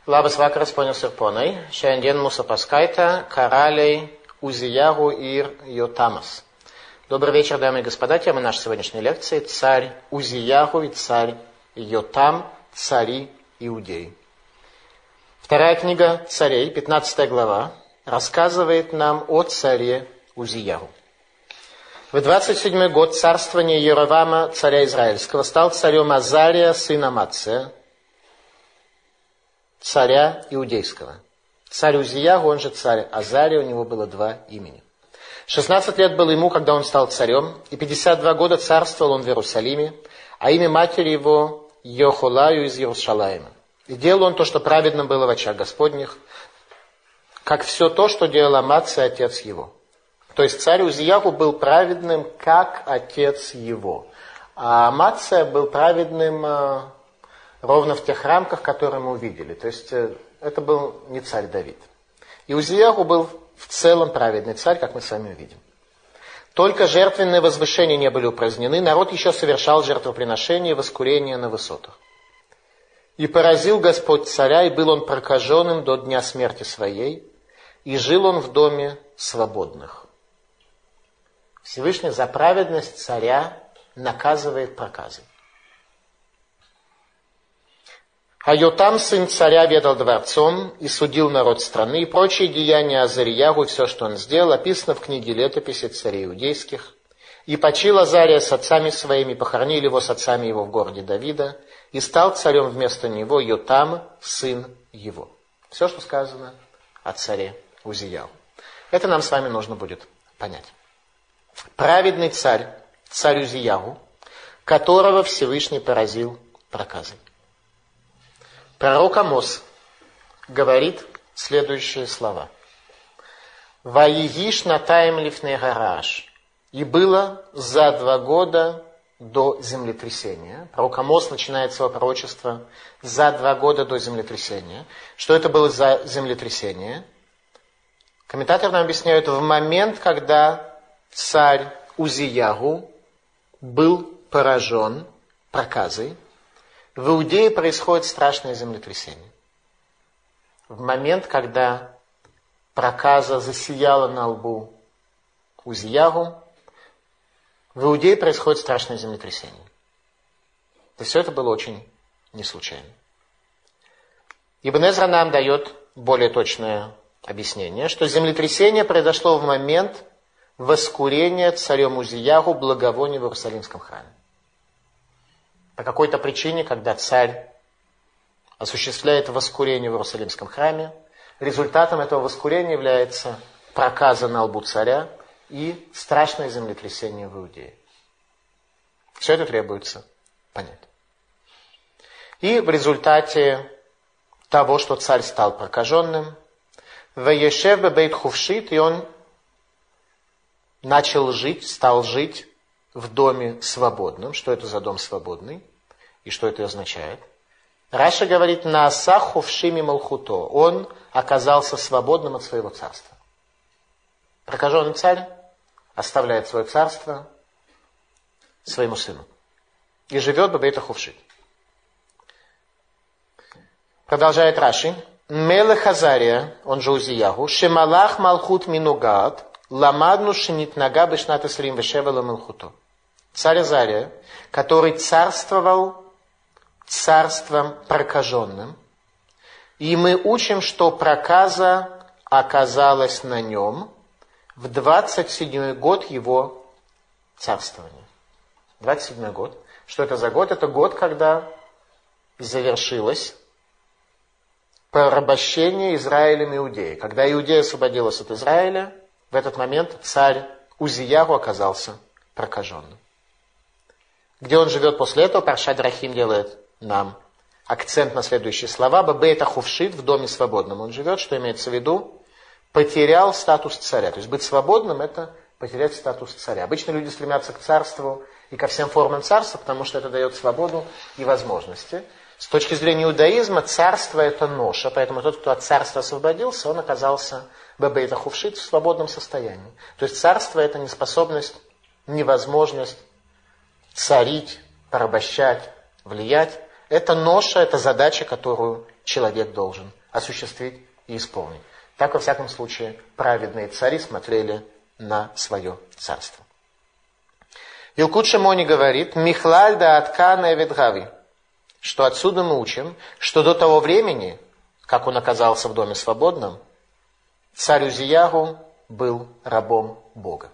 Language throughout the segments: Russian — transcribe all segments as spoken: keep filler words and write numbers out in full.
Labas vakaras, ponios ir ponai. Šiandien mūsų paskaita karaliai Узиягу и Йотамас. Добрый вечер, дамы и господа. Тема нашей сегодняшней лекции – царь Узиягу и царь Йотам, цари Иудеи. Вторая книга царей, пятнадцатая глава, рассказывает нам о царе Узиягу. В двадцать седьмой год царствования Иеровама, царя Израильского, стал царем Азария, сын Амация, царя Иудейского. Царь Узиягу, он же царь Азария, у него было два имени. шестнадцать лет было ему, когда он стал царем, и пятьдесят два года царствовал он в Иерусалиме, а имя матери его Йохолаю из Иерушалаима. И делал он то, что праведно было в очах Господних, как все то, что делал Амация, отец его. То есть царь Узиягу был праведным, как отец его. А Амация был праведным э, ровно в тех рамках, которые мы увидели. То есть э, это был не царь Давид. И Узиягу был в целом праведный царь, как мы с вами увидим. Только жертвенные возвышения не были упразднены, народ еще совершал жертвоприношения и воскурения на высотах. И поразил Господь царя, и был он прокаженным до дня смерти своей, и жил он в доме свободных. Всевышний за праведность царя наказывает проказой. А Йотам, сын царя, ведал дворцом и судил народ страны, и прочие деяния Азарьягу, и все, что он сделал, описано в книге летописи царей иудейских. И почил Азария с отцами своими, похоронили его с отцами его в городе Давида, и стал царем вместо него Йотам, сын его. Все, что сказано о царе Узиягу. Это нам с вами нужно будет понять. Праведный царь, царь Узиягу, которого Всевышний поразил проказой. Пророк Амос говорит следующие слова. «Ваигиш натаем лифней гараш». И было за два года до землетрясения. Пророк Амос начинает свое пророчество за два года до землетрясения. Что это было за землетрясение? Комментаторы нам объясняют, в момент, когда царь Узиягу был поражен проказой, в Иудее происходит страшное землетрясение. В момент, когда проказа засияла на лбу Узиягу, в Иудее происходит страшное землетрясение. То есть все это было очень не случайно. Ибн Эзра нам дает более точное объяснение, что землетрясение произошло в момент воскурения царем Узиягу благовония в Иерусалимском храме. По какой-то причине, когда царь осуществляет воскурение в Иерусалимском храме, результатом этого воскурения является проказа на лбу царя и страшное землетрясение в Иудее. Все это требуется понять. И в результате того, что царь стал прокаженным, «Ваешев бебейт хувшит», и он начал жить, стал жить в доме свободном. Что это за дом свободный? И что это означает? Раша говорит, «Нааса хувшими малхуто». Он оказался свободным от своего царства. Прокаженный царь оставляет свое царство своему сыну. И живет бебейта хувшит. Продолжает Раши. «Мелех Азария», он же Узиягу, «Шемалах малхут минугат». Ламадну шинит нага бешната срим вешевала малхуто. Царь Азария, который царствовал царством прокаженным, и мы учим, что проказа оказалась на нем в двадцать седьмой год его царствования. двадцать седьмой год. Что это за год? Это год, когда завершилось порабощение Израилем Иудеи. Когда Иудея освободилась от Израиля, в этот момент царь Узиягу оказался прокаженным. Где он живет после этого, Паршат Драхим делает нам акцент на следующие слова. Бебейта хувшит, в доме свободном он живет, что имеется в виду? Потерял статус царя. То есть быть свободным – это потерять статус царя. Обычно люди стремятся к царству и ко всем формам царства, потому что это дает свободу и возможности. С точки зрения иудаизма, царство – это ноша, поэтому тот, кто от царства освободился, он оказался бебейта хувшит в свободном состоянии. То есть царство – это неспособность, невозможность царить, порабощать, влиять. – это ноша, это задача, которую человек должен осуществить и исполнить. Так, во всяком случае, праведные цари смотрели на свое царство. Илкут Шимони говорит, «Михлаль да аткана эвидгави», что отсюда мы учим, что до того времени, как он оказался в доме свободном, царь Узиягу был рабом Бога.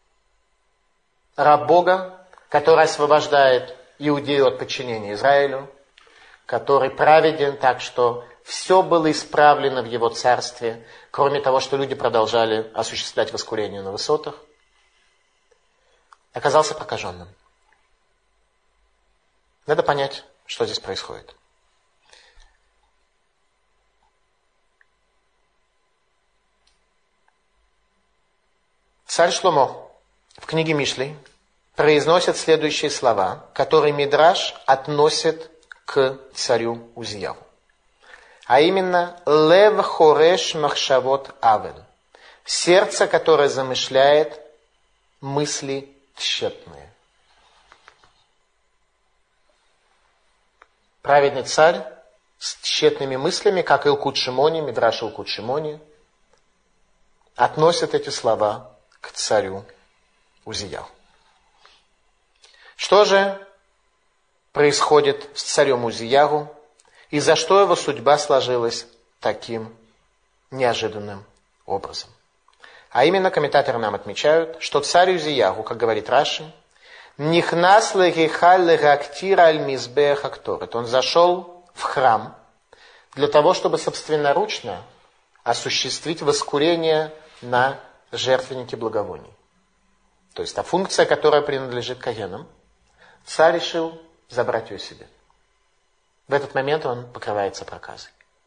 Раб Бога, который освобождает Иудею от подчинения Израилю, который праведен так, что все было исправлено в его царстве, кроме того, что люди продолжали осуществлять воскурение на высотах, оказался прокаженным. Надо понять, что здесь происходит. Царь Шломо в книге Мишлей произносит следующие слова, которые Мидраш относит к царю Узияву. А именно, «Лев хореш махшавот авен», сердце, которое замышляет мысли тщетные. Праведный царь с тщетными мыслями, как Илкут Шимони, Мидраш Илкут Шимони, относит эти слова к царю Узияву. Что же происходит с царем Узиягу и за что его судьба сложилась таким неожиданным образом? А именно, комментаторы нам отмечают, что царь Узиягу, как говорит Раши, «Нихнас лехихаль лехактира аль мизбех акторет». Он зашел в храм для того, чтобы собственноручно осуществить воскурение на жертвеннике благовоний. То есть та функция, которая принадлежит коэнам, царь решил забрать ее себе. В этот момент он покрывается проказой.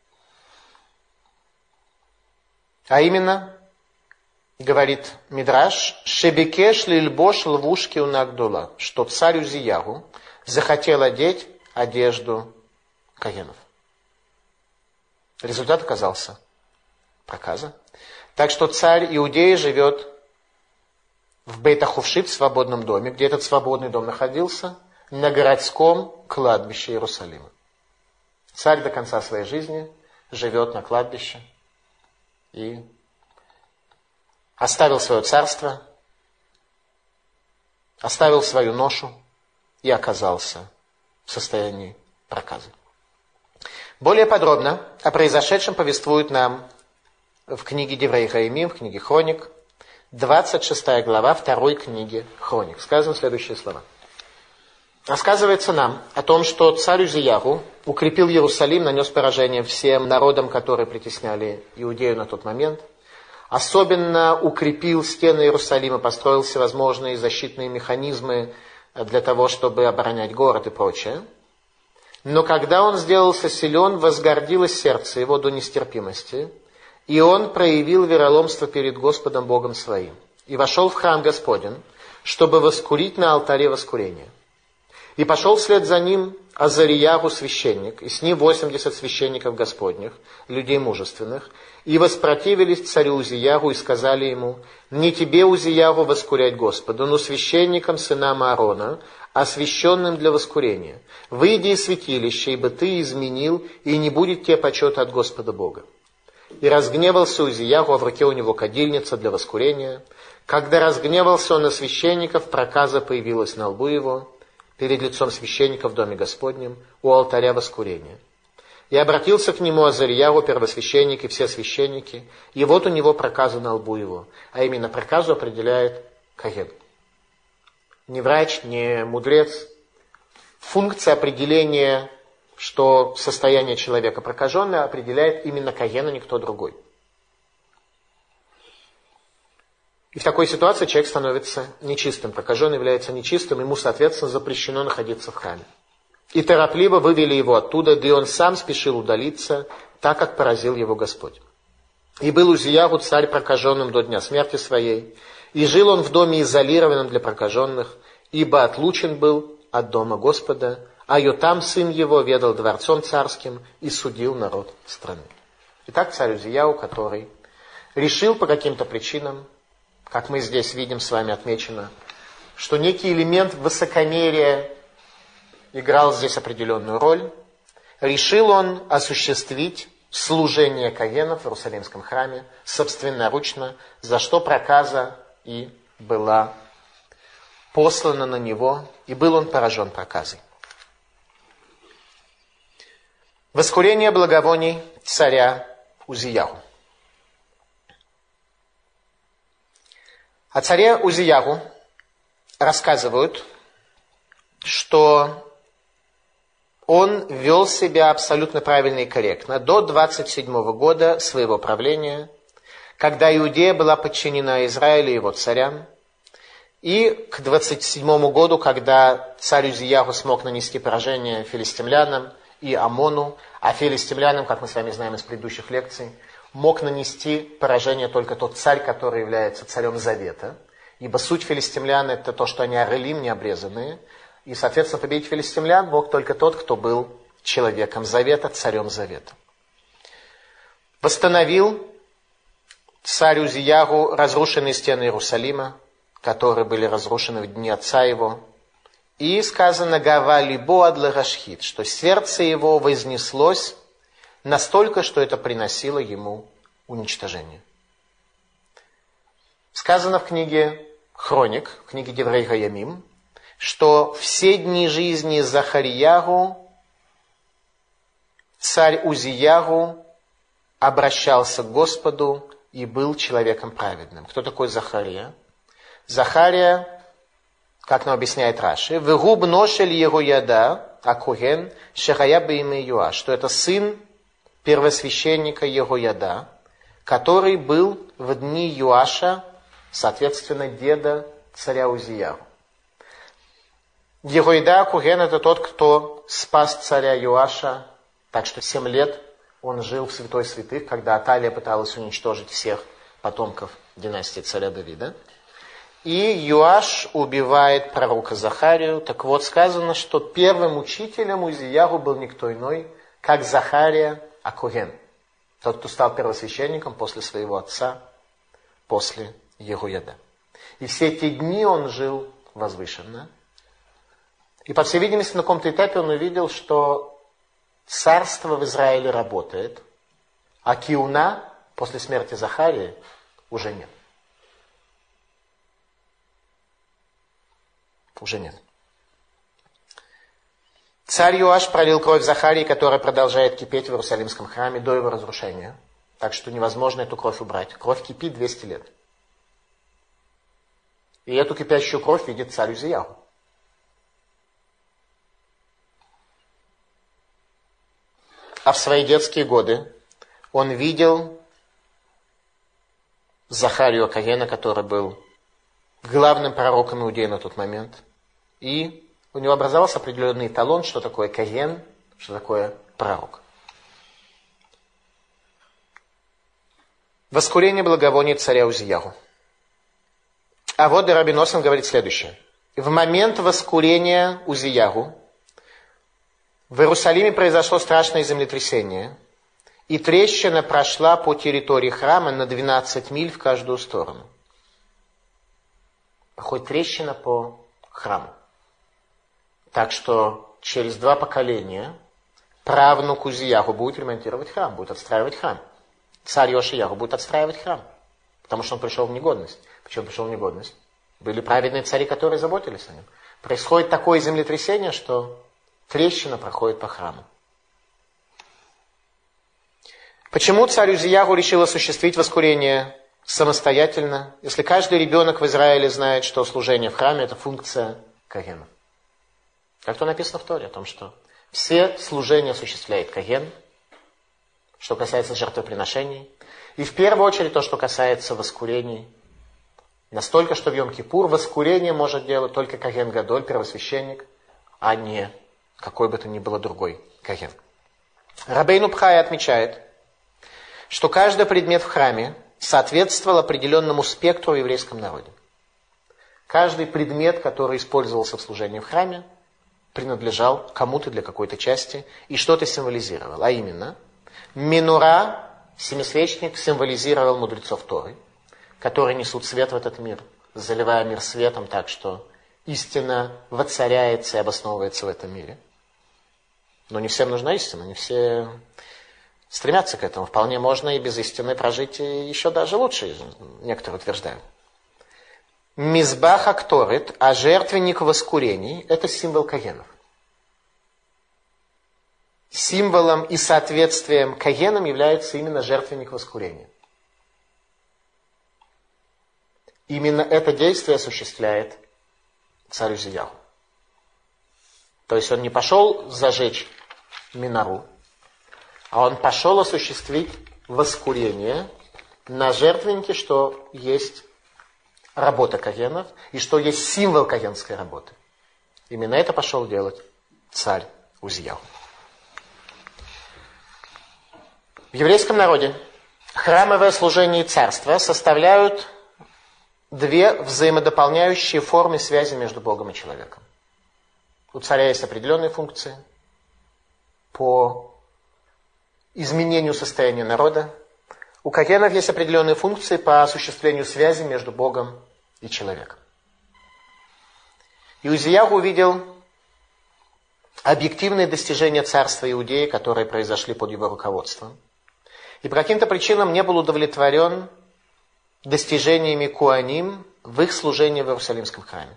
А именно, говорит Мидраш, «Шебекеш лильбош лвушки унагдула», что царь Узиягу захотел одеть одежду коэнов. Результат оказался проказа. Так что царь Иудеи живет в Бейт-Ахувшит, в свободном доме, где этот свободный дом находился, на городском кладбище Иерусалима. Царь до конца своей жизни живет на кладбище и оставил свое царство, оставил свою ношу и оказался в состоянии проказа. Более подробно о произошедшем повествует нам в книге Деврей Хаимим, в книге Хроник, двадцать шестая глава второй книги Хроник. Сказаны следующие слова. Рассказывается нам о том, что царь Узиягу укрепил Иерусалим, нанес поражение всем народам, которые притесняли Иудею на тот момент. Особенно укрепил стены Иерусалима, построил всевозможные защитные механизмы для того, чтобы оборонять город и прочее. Но когда он сделался силен, возгордилось сердце его до нестерпимости, и он проявил вероломство перед Господом Богом своим, и вошел в храм Господень, чтобы воскурить на алтаре воскурения. И пошел вслед за ним Азариягу священник, и с ним восемьдесят священников Господних, людей мужественных, и воспротивились царю Узиягу и сказали ему: «Не тебе, Узиягу, воскурять Господу, но священникам сынам Аарона, освященным для воскурения. Выйди из святилища, ибо ты изменил, и не будет тебе почета от Господа Бога». И разгневался Узиягу, а в руке у него кадильница для воскурения. Когда разгневался он на священников, проказа появилась на лбу его, перед лицом священника в доме Господнем, у алтаря воскурения. И обратился к нему Азарьягу, первосвященник, и все священники, и вот у него проказа на лбу его, а именно проказу определяет коэн. Не врач, не мудрец. Функция определения, что состояние человека прокаженное, определяет именно коэн, а никто другой. И в такой ситуации человек становится нечистым. Прокаженный является нечистым, ему, соответственно, запрещено находиться в храме. И торопливо вывели его оттуда, да и он сам спешил удалиться, так как поразил его Господь. И был Узиягу царь прокаженным до дня смерти своей, и жил он в доме изолированном для прокаженных, ибо отлучен был от дома Господа, а Йотам, сын его, ведал дворцом царским и судил народ страны. Итак, царь Узиягу, который решил по каким-то причинам, как мы здесь видим, с вами отмечено, что некий элемент высокомерия играл здесь определенную роль. Решил он осуществить служение коэнов в Иерусалимском храме собственноручно, за что проказа и была послана на него, и был он поражен проказой. Воскурение благовоний царя Узиягу. О царе Узиягу рассказывают, что он вел себя абсолютно правильно и корректно до двадцать седьмого года своего правления, когда Иудея была подчинена Израилю и его царям, и к двадцать седьмому году, когда царь Узиягу смог нанести поражение филистимлянам и Амону, а филистимлянам, как мы с вами знаем из предыдущих лекций, мог нанести поражение только тот царь, который является царем Завета, ибо суть филистимлян это то, что они орелим, не обрезанные, и, соответственно, победить филистимлян мог только тот, кто был человеком Завета, царем Завета. Восстановил царь Узиягу разрушенные стены Иерусалима, которые были разрушены в дни отца его. И сказано «Гава либо ад лерашхит», что сердце его вознеслось настолько, что это приносило ему уничтожение. Сказано в книге Хроник, в книге Деврей Хаямим, что все дни жизни Захарьягу, царь Узиягу, обращался к Господу и был человеком праведным. Кто такой Захария? Захария, как нам объясняет Раши, «Вегуб ношель Егояда, акуген, шехая бейме Юа», что это сын первосвященника Егояда, который был в дни Юаша, соответственно, деда царя Узиягу. Егояда Акуген это тот, кто спас царя Юаша, так что семь лет он жил в святой святых, когда Аталия пыталась уничтожить всех потомков династии царя Давида. И Юаш убивает пророка Захарию. Так вот, сказано, что первым учителем Узиягу был никто иной, как Захария Акуген, тот, кто стал первосвященником после своего отца, после Егояда. И все эти дни он жил возвышенно. И, по всей видимости, на каком-то этапе он увидел, что царство в Израиле работает, а киуна после смерти Захарии уже нет. Уже нет. Царь Юаш пролил кровь Захарии, которая продолжает кипеть в Иерусалимском храме до его разрушения. Так что невозможно эту кровь убрать. Кровь кипит двести лет. И эту кипящую кровь видит царь Узиягу. А в свои детские годы он видел Захарию Акугена, который был главным пророком Иудеи на тот момент. И у него образовался определенный эталон, что такое коэн, что такое пророк. Воскурение благовоний царя Узиягу. А вот Раби Носон говорит следующее. В момент воскурения Узиягу в Иерусалиме произошло страшное землетрясение, и трещина прошла по территории храма на двенадцать миль в каждую сторону. Хоть трещина по храму. Так что через два поколения правнук Узиягу будет ремонтировать храм, будет отстраивать храм. Царь Йошияху будет отстраивать храм, потому что он пришел в негодность. Почему пришел в негодность? Были праведные цари, которые заботились о нем. Происходит такое землетрясение, что трещина проходит по храму. Почему царь Узиягу решил осуществить воскурение самостоятельно, если каждый ребенок в Израиле знает, что служение в храме – это функция коэна? Как то написано в Торе, о том, что все служения осуществляет коэн, что касается жертвоприношений, и в первую очередь то, что касается воскурений. Настолько, что в Йом-Кипур воскурение может делать только коэн гадоль, первосвященник, а не какой бы то ни было другой коэн. Рабейну Бхая отмечает, что каждый предмет в храме соответствовал определенному спектру в еврейском народе. Каждый предмет, который использовался в служении в храме, принадлежал кому-то для какой-то части и что-то символизировал. А именно, минура, семисвечник, символизировал мудрецов Торы, которые несут свет в этот мир, заливая мир светом так, что истина воцаряется и обосновывается в этом мире. Но не всем нужна истина, не все стремятся к этому. Вполне можно и без истины прожить и еще даже лучше, некоторые утверждают. Мизбах акторит, а жертвенник воскурений – это символ кагенов. Символом и соответствием кагенам является именно жертвенник воскурения. Именно это действие осуществляет царь Узияху. То есть он не пошел зажечь минору, а он пошел осуществить воскурение на жертвеннике, что есть работа кагенов и что есть символ кагенской работы. Именно это пошел делать царь Узияху. В еврейском народе храмовое служение и царство составляют две взаимодополняющие формы связи между Богом и человеком. У царя есть определенные функции по изменению состояния народа. У кагенов есть определенные функции по осуществлению связи между Богом и человеком. И Узияху увидел объективные достижения царства Иудеи, которые произошли под его руководством. И по каким-то причинам не был удовлетворен достижениями Куаним в их служении в Иерусалимском храме.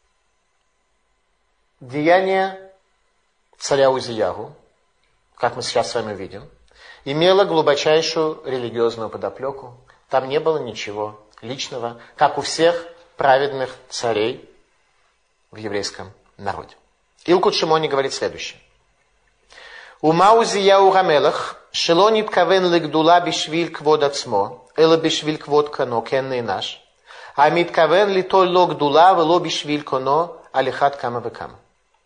Деяние царя Узияху, как мы сейчас с вами видим, имело глубочайшую религиозную подоплеку. Там не было ничего личного, как у всех праведных царей в еврейском народе. Илкут Шимони говорит следующее. Ума Узияху гамелах шело ниткавен легдула бишвиль квод ацмо, эло бишвиль квод кано, кен наш, а миткавен литоль ло гдула, вело бишвиль кано, алихат кама векама.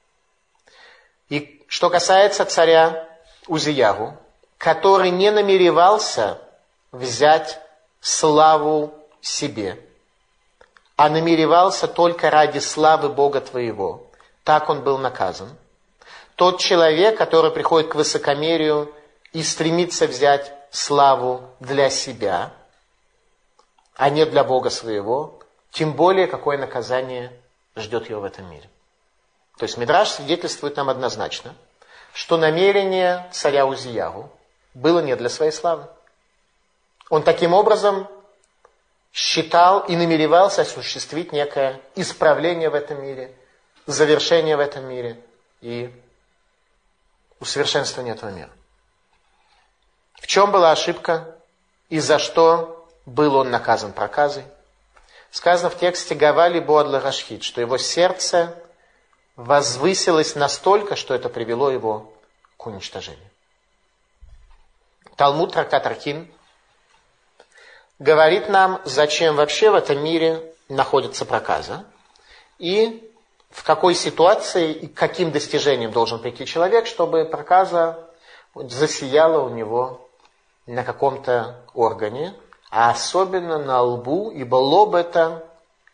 И что касается царя Узияху, который не намеревался взять славу себе, а намеревался только ради славы Бога твоего, так он был наказан. Тот человек, который приходит к высокомерию и стремится взять славу для себя, а не для Бога своего, тем более какое наказание ждет его в этом мире. То есть Мидраш свидетельствует нам однозначно, что намерение царя Узияху было не для своей славы. Он таким образом считал и намеревался осуществить некое исправление в этом мире, завершение в этом мире и усовершенствование этого мира. В чем была ошибка и за что был он наказан проказой? Сказано в тексте «Гавали боадла рашхит», что его сердце возвысилось настолько, что это привело его к уничтожению. Талмуд, трактат Аркин, говорит нам, зачем вообще в этом мире находится проказа и в какой ситуации и к каким достижениям должен прийти человек, чтобы проказа засияла у него на каком-то органе, а особенно на лбу, ибо лоб – это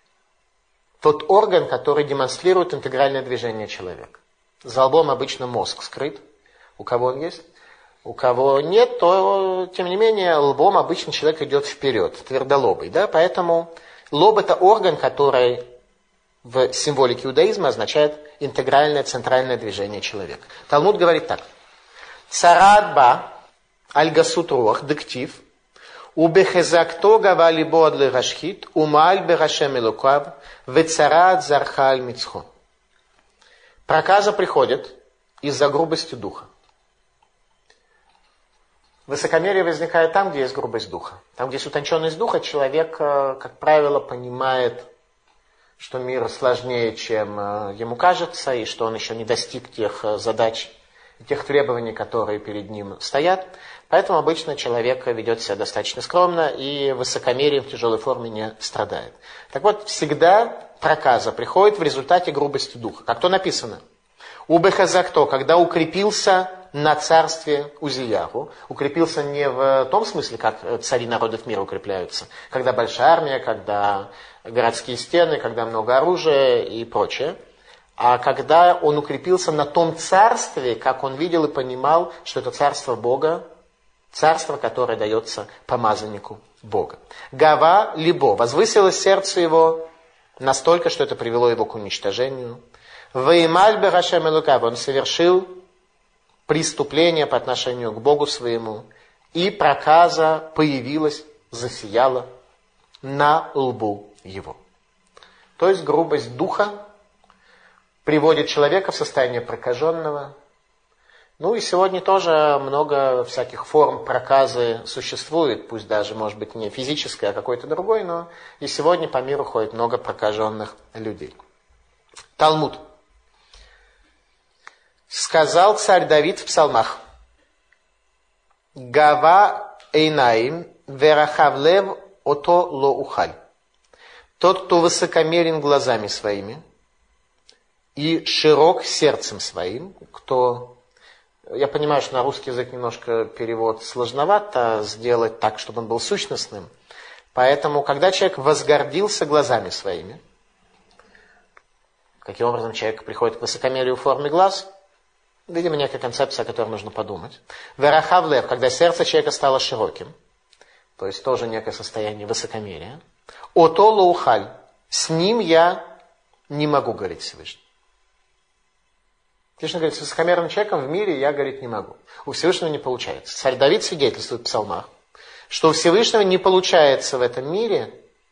тот орган, который демонстрирует интегральное движение человека. За лбом обычно мозг скрыт. У кого он есть? У кого нет, то, тем не менее, лбом обычно человек идет вперед, твердолобый. Да? Поэтому лоб – это орган, который в символике иудаизма означает интегральное центральное движение человека. Талмуд говорит так. Царат ба аль-гасут руах дектив убехезакто гавали боад лерашхит умаль берашем элукав вецарат зарха аль мицхо. Проказа приходит из-за грубости духа. Высокомерие возникает там, где есть грубость духа. Там, где есть утонченность духа, человек, как правило, понимает, что мир сложнее, чем ему кажется, и что он еще не достиг тех задач, тех требований, которые перед ним стоят. Поэтому обычно человек ведет себя достаточно скромно и высокомерием в тяжелой форме не страдает. Так вот, всегда проказа приходит в результате грубости духа. Как то написано. Убехазакто, когда укрепился на царстве Узияху. Укрепился не в том смысле, как цари народов мира укрепляются. Когда большая армия, когда городские стены, когда много оружия и прочее. А когда он укрепился на том царстве, как он видел и понимал, что это царство Бога, царство, которое дается помазаннику Бога. Гава либо возвысилось сердце его настолько, что это привело его к уничтожению. Ваималь бе-Хашем элокав, он совершил преступление по отношению к Богу своему, и проказа появилась, засияла на лбу его. То есть грубость духа приводит человека в состояние прокаженного. Ну и сегодня тоже много всяких форм проказы существует, пусть даже, может быть, не физической, а какой-то другой, но и сегодня по миру ходит много прокаженных людей. Талмуд. Сказал царь Давид в псалмах: Гава эйнаим верахавлев ото ло ухаль. Тот, кто высокомерен глазами своими и широк сердцем своим, кто... Я понимаю, что на русский язык немножко перевод сложновато сделать так, чтобы он был сущностным. Поэтому, когда человек возгордился глазами своими, каким образом человек приходит к высокомерию в форме глаз, видимо, некая концепция, о которой нужно подумать. Верахавлев, когда сердце человека стало широким, то есть тоже некое состояние высокомерия. Ото лоухаль, с ним я не могу, говорить Всевышний. Всевышний говорит, с высокомерным человеком в мире я говорить не могу. У Всевышнего не получается. Царь Давид свидетельствует в псалмах, что у Всевышнего не получается в этом мире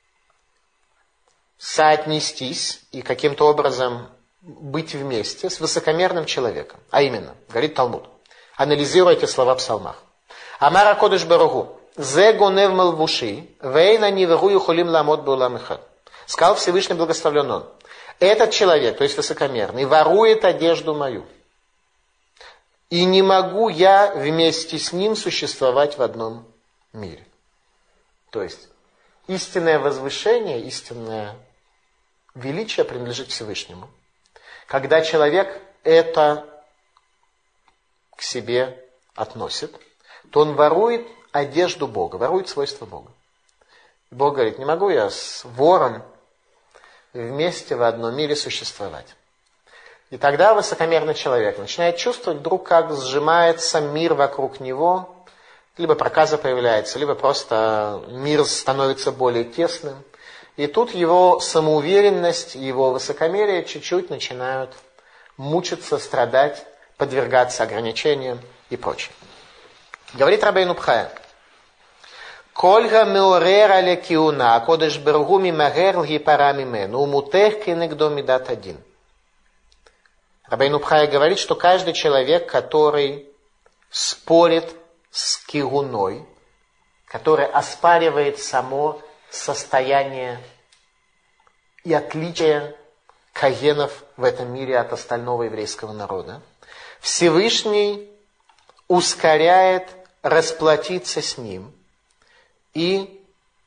соотнестись и каким-то образом быть вместе с высокомерным человеком. А именно, говорит Талмуд, анализируя эти слова в псалмах. Амара кодыш баругу, зе гонев малвуши, вейна ниверую холим ламот беулам эхад. Сказал Всевышний, благословлен он. Этот человек, то есть высокомерный, ворует одежду мою. И не могу я вместе с ним существовать в одном мире. То есть истинное возвышение, истинное величие принадлежит Всевышнему. Когда человек это к себе относит, то он ворует одежду Бога, ворует свойства Бога. Бог говорит, не могу я с вором вместе в одном мире существовать. И тогда высокомерный человек начинает чувствовать вдруг, как сжимается мир вокруг него, либо проказа появляется, либо просто мир становится более тесным. И тут его самоуверенность, его высокомерие чуть-чуть начинают мучиться, страдать, подвергаться ограничениям и прочее. Говорит Рабейну Бхая. Кольга меорера лекиуна, кодеш бергу мимагер лгипара мимену, умутех кенегдо мидат один. Рабейну Бхая говорит, что каждый человек, который спорит с кигуной, который оспаривает само состояние и отличие каенов в этом мире от остального еврейского народа, Всевышний ускоряет расплатиться с ним и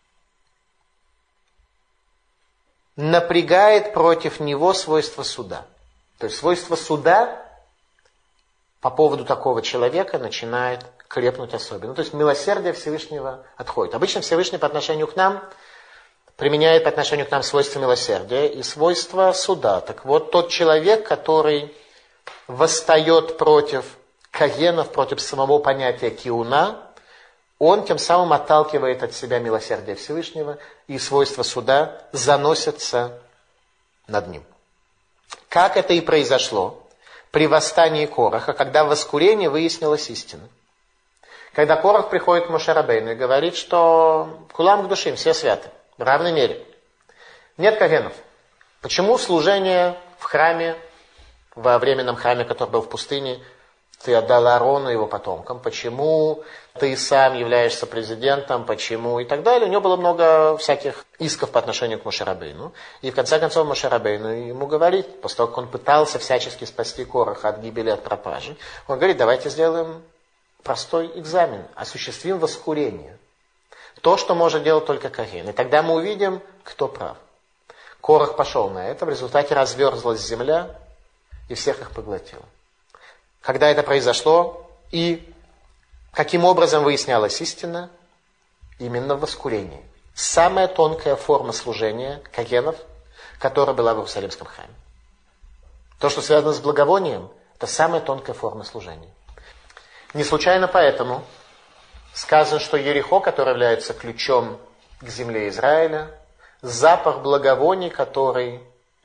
напрягает против него свойство суда. То есть свойство суда по поводу такого человека начинает крепнуть особенно. То есть милосердие Всевышнего отходит. Обычно Всевышний по отношению к нам применяет по отношению к нам свойства милосердия и свойства суда. Так вот, тот человек, который восстает против каенов, против самого понятия киуна, он тем самым отталкивает от себя милосердие Всевышнего, и свойства суда заносятся над ним. Как это и произошло при восстании Кораха, когда в воскурении выяснилась истина. Когда Корах приходит к Моше Рабейну и говорит, что кулам к душим, все святы, в равной мере. Нет каенов. Почему служение в храме, во временном храме, который был в пустыне, ты отдал Аарону и его потомкам? Почему ты сам являешься президентом? Почему? И так далее. У него было много всяких исков по отношению к Моше Рабейну. И в конце концов Моше Рабейну ему говорит, после того, как он пытался всячески спасти Кораха от гибели, от пропажи, он говорит, давайте сделаем простой экзамен, осуществим воскурение. То, что может делать только Коген. И тогда мы увидим, кто прав. Корах пошел на это, в результате разверзлась земля и всех их поглотила. Когда это произошло и каким образом выяснялась истина? Именно в воскурении. Самая тонкая форма служения кагенов, которая была в Иерусалимском храме. То, что связано с благовонием, это самая тонкая форма служения. Не случайно поэтому сказано, что Ерихо, который является ключом к земле Израиля, запах благовоний, который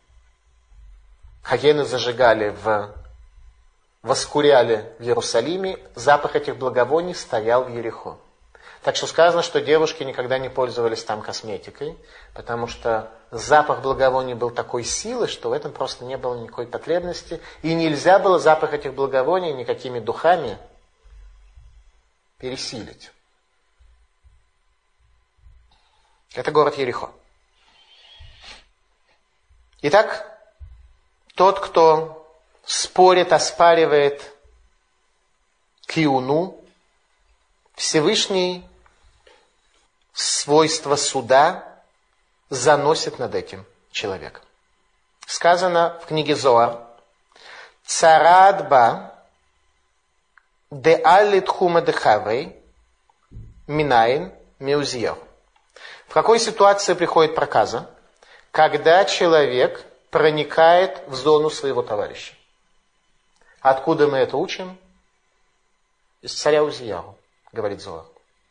хагены зажигали, в, воскуряли в Иерусалиме, запах этих благовоний стоял в Ерихо. Так что сказано, что девушки никогда не пользовались там косметикой, потому что запах благовоний был такой силы, что в этом просто не было никакой потребности, и нельзя было запах этих благовоний никакими духами пересилить. Это город Ерихо. Итак, тот, кто спорит, оспаривает киуну, Всевышний свойства суда заносит над этим человеком. Сказано в книге Зоар: «Царадба де алит хума де хавей минайн меузьев». В какой ситуации приходит проказа? Когда человек проникает в зону своего товарища. Откуда мы это учим? Из царя Узияу, говорит Зоар.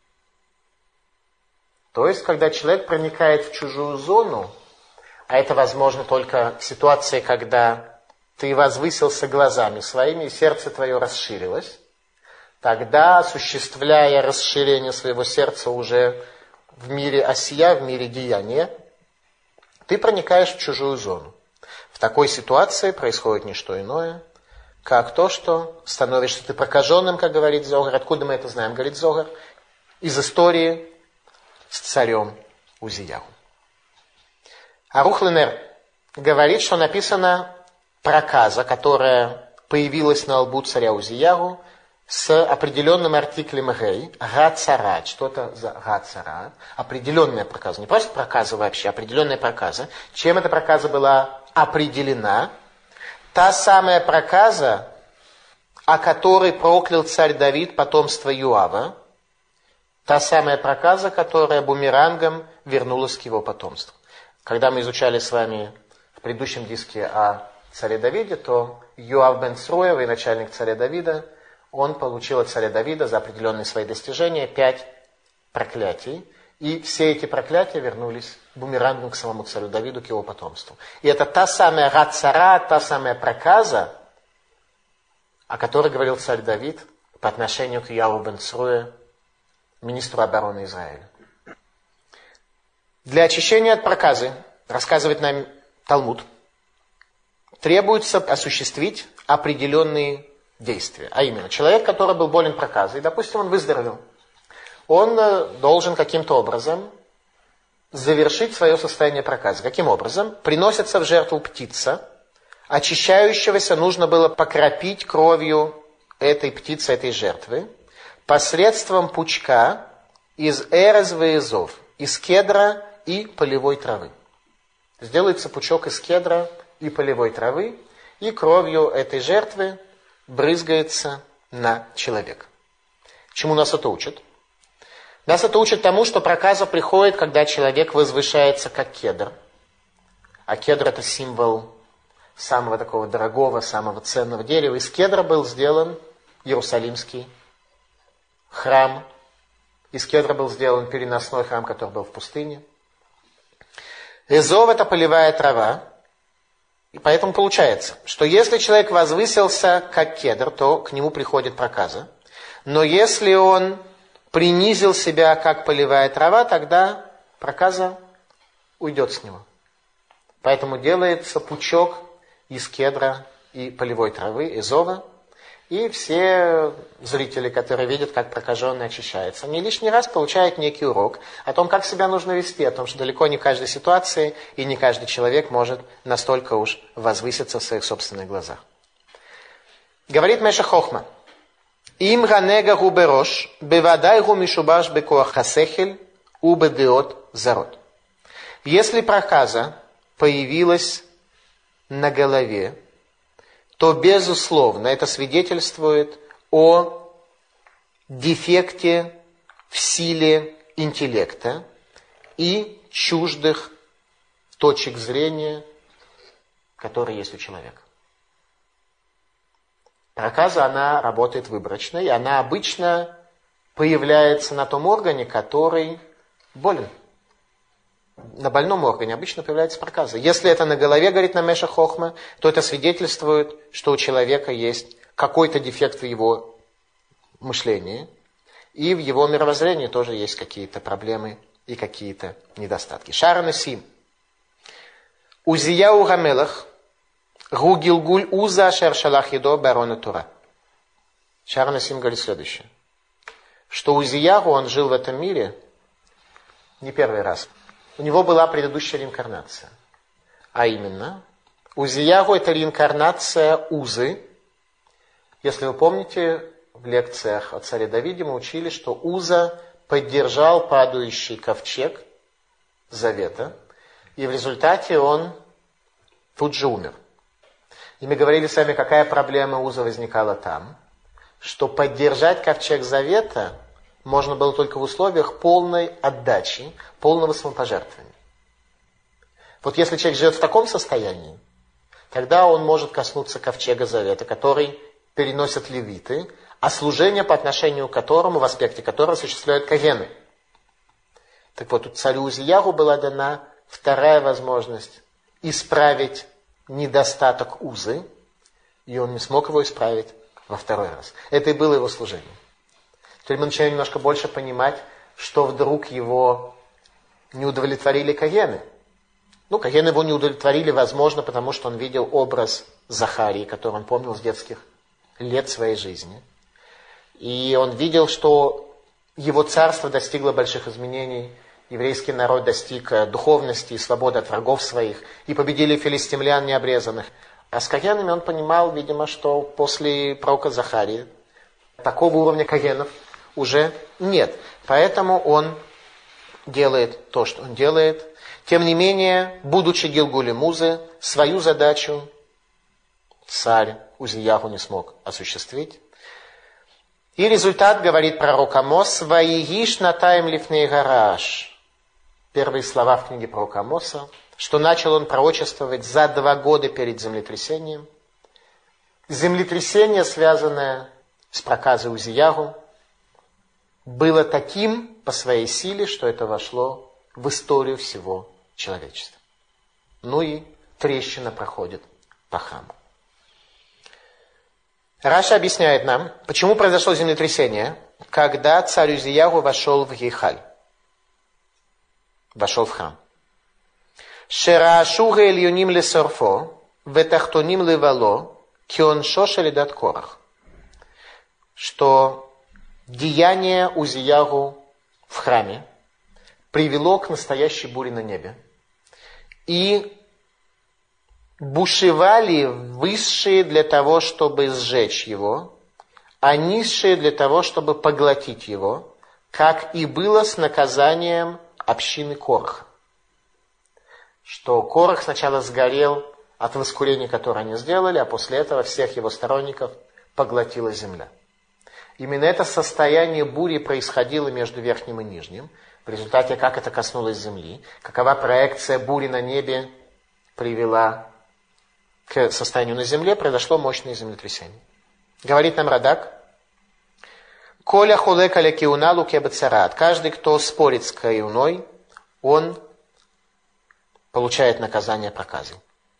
То есть, когда человек проникает в чужую зону, а это возможно только в ситуации, когда ты возвысился глазами своими, и сердце твое расширилось, тогда, осуществляя расширение своего сердца уже в мире осия, в мире деяния, ты проникаешь в чужую зону. В такой ситуации происходит не что иное, как то, что становишься ты прокаженным, как говорит Зогар. Откуда мы это знаем, говорит Зогар? Из истории с царем Узияху. Арух Ленер говорит, что написана проказа, которая появилась на лбу царя Узияху с определенным артиклем гей, гацарат, что-то за гацарат, определенная проказа, не просто проказа вообще, определенная проказа. Чем эта проказа была определена? Та самая проказа, о которой проклял царь Давид потомство Юава, та самая проказа, которая бумерангом вернулась к его потомству. Когда мы изучали с вами в предыдущем диске о царе Давиде, то Юав бен Цруя, военачальник царя Давида, он получил от царя Давида за определенные свои достижения пять проклятий. И все эти проклятия вернулись бумерангом к самому царю Давиду, к его потомству. И это та самая гацара, та самая проказа, о которой говорил царь Давид по отношению к Юаву бен Цруя, министру обороны Израиля. Для очищения от проказы, рассказывает нам Талмуд, требуется осуществить определенные действия. А именно, человек, который был болен проказой, допустим, он выздоровел, он должен каким-то образом завершить свое состояние проказа. Каким образом? Приносится в жертву птица, очищающегося нужно было покропить кровью этой птицы, этой жертвы, посредством пучка из эрез веезов, из кедра и полевой травы. Сделается пучок из кедра и полевой травы, и кровью этой жертвы брызгается на человека. Чему нас это учит? Нас это учит тому, что проказа приходит, когда человек возвышается как кедр. А кедр — это символ самого такого дорогого, самого ценного дерева. Из кедра был сделан Иерусалимский храм. Из кедра был сделан переносной храм, который был в пустыне. Эзов — это полевая трава. И поэтому получается, что если человек возвысился как кедр, то к нему приходит проказа. Но если он принизил себя как полевая трава, тогда проказа уйдет с него. Поэтому делается пучок из кедра и полевой травы, эзова. И все зрители, которые видят, как прокаженный очищается, они лишний раз получают некий урок о том, как себя нужно вести, о том, что далеко не в каждой ситуации и не каждый человек может настолько уж возвыситься в своих собственных глазах. Говорит Мешах Хохма: «Им ганега губерош, бевадай гу мишубаш бекоах хасехель, убедеот зарод». Если проказа появилась на голове, то, безусловно, это свидетельствует о дефекте в силе интеллекта и чуждых точек зрения, которые есть у человека. Проказа, она работает выборочно, и она обычно появляется на том органе, который болен. на больном органе обычно появляются проказы. Если это на голове, говорит Намеша Хохма, то это свидетельствует, что у человека есть какой-то дефект в его мышлении, и в его мировоззрении тоже есть какие-то проблемы и какие-то недостатки. Шара Насим. Узияу Гамелах, Гу Гилгуль Уза Шершалах Едо Барона Тура. Шара Насим говорит следующее, что Узияу, он жил в этом мире не первый раз. У него была предыдущая реинкарнация. А именно, Узияу это реинкарнация Узы. Если вы помните, в лекциях о царе Давиде мы учили, что Уза поддержал падающий ковчег Завета, и в результате он тут же умер. И мы говорили с вами, какая проблема Уза возникала там, что поддержать ковчег Завета можно было только в условиях полной отдачи, полного самопожертвования. Вот если человек живет в таком состоянии, тогда он может коснуться ковчега Завета, который переносят левиты, а служение по отношению к которому, в аспекте которого осуществляют коэны. Так вот, царю Узиягу была дана вторая возможность исправить недостаток Узы, и он не смог его исправить во второй раз. Это и было его служение. Теперь мы начинаем немножко больше понимать, что вдруг его не удовлетворили коэны. Ну, коэны его не удовлетворили, возможно, потому что он видел образ Захарии, который он помнил с детских лет своей жизни. И он видел, что его царство достигло больших изменений, еврейский народ достиг духовности и свободы от врагов своих, и победили филистимлян необрезанных. А с коэнами он понимал, видимо, что после пророка Захарии такого уровня коэнов уже нет. Поэтому он делает то, что он делает. Тем не менее, будучи Гилгулем Узы, свою задачу царь Узияху не смог осуществить. И результат, говорит пророк Амос, «Ваигиш натаем лифней гараж». Первые слова в книге пророка Амоса, что начал он пророчествовать за два года перед землетрясением. Землетрясение, связанное с проказой Узиягу, было таким по своей силе, что это вошло в историю всего человечества. Ну и трещина проходит по Хаму. Раша объясняет нам, почему произошло землетрясение, когда царь Узиягу вошел в Гейхаль, вошел в храм. Шераашу гаэльюним лесорфо, ветахтоним левало, кионшо шелидат корах. Что деяние Узиягу в храме привело к настоящей буре на небе. И бушевали высшие для того, чтобы сжечь его, а низшие для того, чтобы поглотить его, как и было с наказанием общины Кораха. Что Корах сначала сгорел от воскурения, которое они сделали, а после этого всех его сторонников поглотила земля. Именно это состояние бури происходило между верхним и нижним. В результате, как это коснулось земли, какова проекция бури на небе привела к состоянию на земле, произошло мощное землетрясение. Говорит нам Радак, «Коля холе каля киуна луке бацарат». Каждый, кто спорит с киуной, он получает наказание проказой.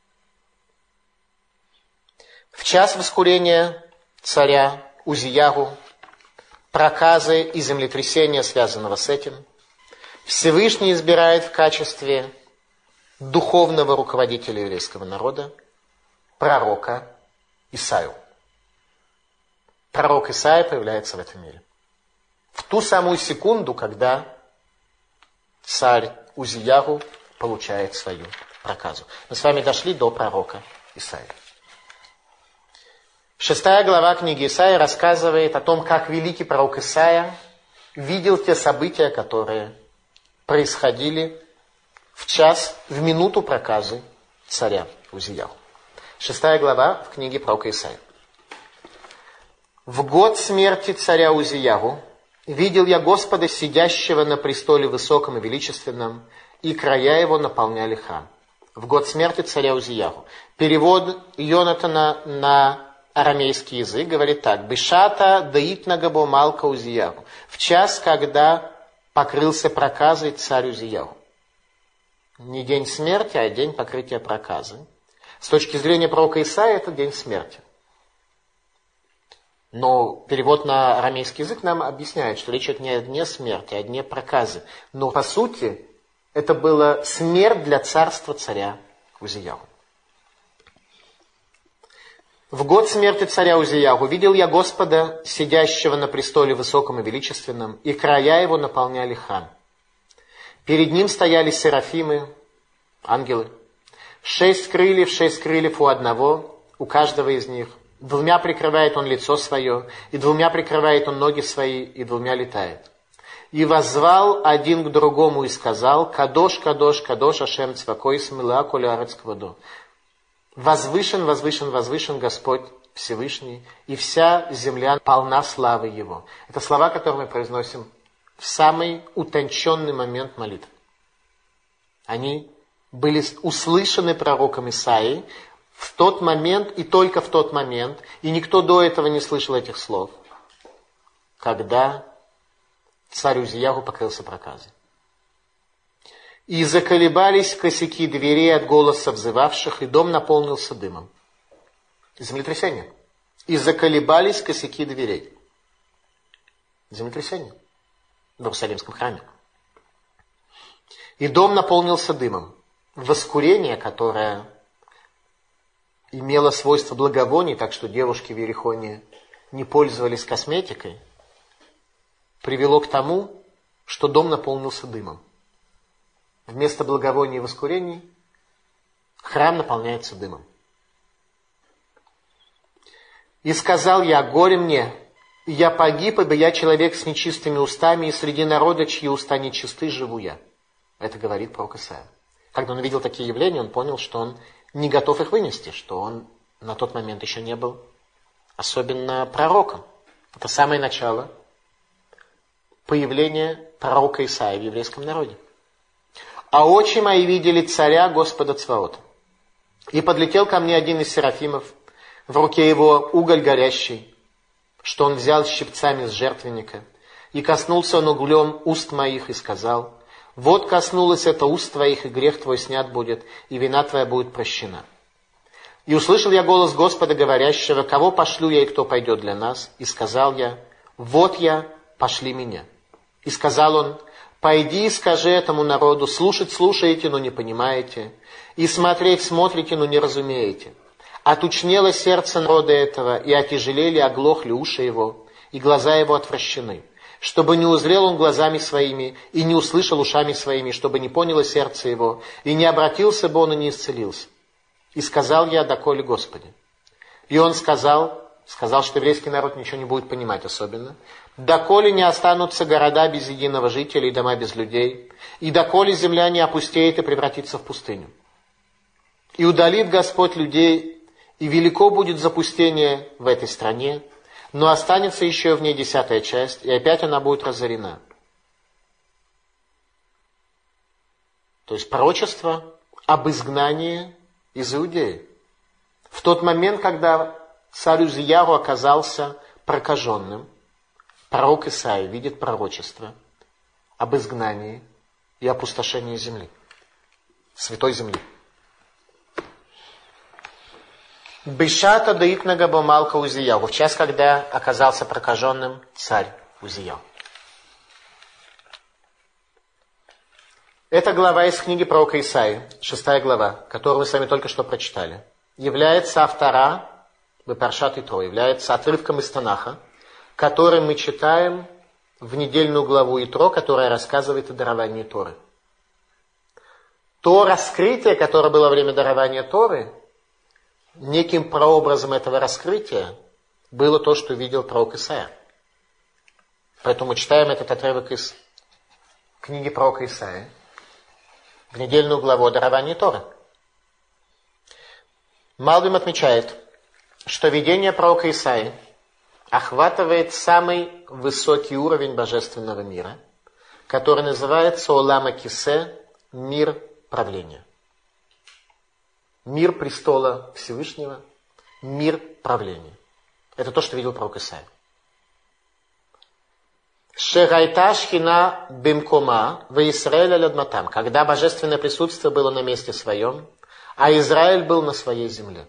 В час воскурения царя Узиягу, проказы и землетрясения, связанного с этим, Всевышний избирает в качестве духовного руководителя еврейского народа пророка Исаию. Пророк Исаия появляется в этом мире. В ту самую секунду, когда царь Узиягу получает свою проказу. Мы с вами дошли до пророка Исаия. Шестая глава книги Исаия рассказывает о том, как великий пророк Исаия видел те события, которые происходили в час, в минуту проказы царя Узиягу. Шестая глава в книге пророка Исаия. «В год смерти царя Узиягу видел я Господа, сидящего на престоле высоком и величественном, и края его наполняли храм». В год смерти царя Узиягу. Перевод Йонатана на арамейский язык говорит так. «Бешата даит нагабо малка Узиягу». В час, когда покрылся проказой царь Узиягу. не день смерти, а день покрытия проказы. С точки зрения пророка Исаии это день смерти. Но перевод на арамейский язык нам объясняет, что речь идет не о дне смерти, а о дне проказы. Но по сути это была смерть для царства царя Узияху. В год смерти царя Узияху видел я Господа, сидящего на престоле высоком и величественном, и края его наполняли храм. Перед ним стояли серафимы, ангелы. Шесть крыльев, шесть крыльев у одного, у каждого из них. Двумя прикрывает он лицо свое, и двумя прикрывает он ноги свои, и двумя летает. И воззвал один к другому и сказал: «Кадош, кадош, кадош, Ашем Цвакойс, мила коля арец квадо». Возвышен, возвышен, возвышен Господь Всевышний, и вся земля полна славы Его. Это слова, которые мы произносим в самый утонченный момент молитвы. Они были услышаны пророком Исаией в тот момент и только в тот момент, и никто до этого не слышал этих слов, когда царь Узияху покрылся проказой. И заколебались косяки дверей от голоса взывавших, и дом наполнился дымом. Землетрясение. И заколебались косяки дверей. Землетрясение в Иерусалимском храме. И дом наполнился дымом. Воскурение, которое имело свойство благовоний, так что девушки в Иерихоне не пользовались косметикой, привело к тому, что дом наполнился дымом. Вместо благовоний и воскурений храм наполняется дымом. «И сказал я: горе мне, я погиб, ибо я человек с нечистыми устами, и среди народа, чьи уста нечисты, живу я». Это говорит пророк Исаия. Когда он увидел такие явления, он понял, что он не готов их вынести, что он на тот момент еще не был особенно пророком. Это самое начало появления пророка Исаии в еврейском народе. «А очи мои видели царя Господа Цваота. И подлетел ко мне один из серафимов, в руке его уголь горящий, что он взял щипцами с жертвенника, и коснулся он углем уст моих и сказал: вот коснулось это уст твоих, и грех твой снят будет, и вина твоя будет прощена. И услышал я голос Господа, говорящего: кого пошлю я, и кто пойдет для нас? И сказал я: вот я, пошли меня. И сказал он: пойди и скажи этому народу: слушать слушаете, но не понимаете, и смотреть смотрите, но не разумеете. Отучнело сердце народа этого, и отяжелели, оглохли уши его, и глаза его отвращены, чтобы не узрел он глазами своими, и не услышал ушами своими, чтобы не поняло сердце его, и не обратился бы он, и не исцелился. И сказал я: доколе, Господи? И он сказал, сказал, что еврейский народ ничего не будет понимать особенно: доколе не останутся города без единого жителя и дома без людей, и доколе земля не опустеет и превратится в пустыню. И удалит Господь людей, и велико будет запустение в этой стране, но останется еще в ней десятая часть, и опять она будет разорена». То есть пророчество об изгнании из Иудеи. В тот момент, когда царь Узияху оказался прокаженным, пророк Исаия видит пророчество об изгнании и опустошении земли, святой земли. Бешата даит на габо малка Узияху, в час, когда оказался прокаженным царь Узияху. Эта глава из книги пророка Исаии, шестая глава, которую мы с вами только что прочитали, является автора Бепаршат Итро, является отрывком из Танаха, который мы читаем в недельную главу Итро, которая рассказывает о даровании Торы. То раскрытие, которое было во время дарования Торы, неким прообразом этого раскрытия было то, что видел пророк Исаия. Поэтому мы читаем этот отрывок из книги пророка Исаии в недельную главу о даровании Торы. Малбим отмечает, что видение пророка Исаии охватывает самый высокий уровень божественного мира, который называется Олама Кисе, мир правления. Мир престола Всевышнего, мир правления. Это то, что видел пророк Исаия. Шерайта шхина бимкома в Израиле лядматам, когда божественное присутствие было на месте своем, а Израиль был на своей земле.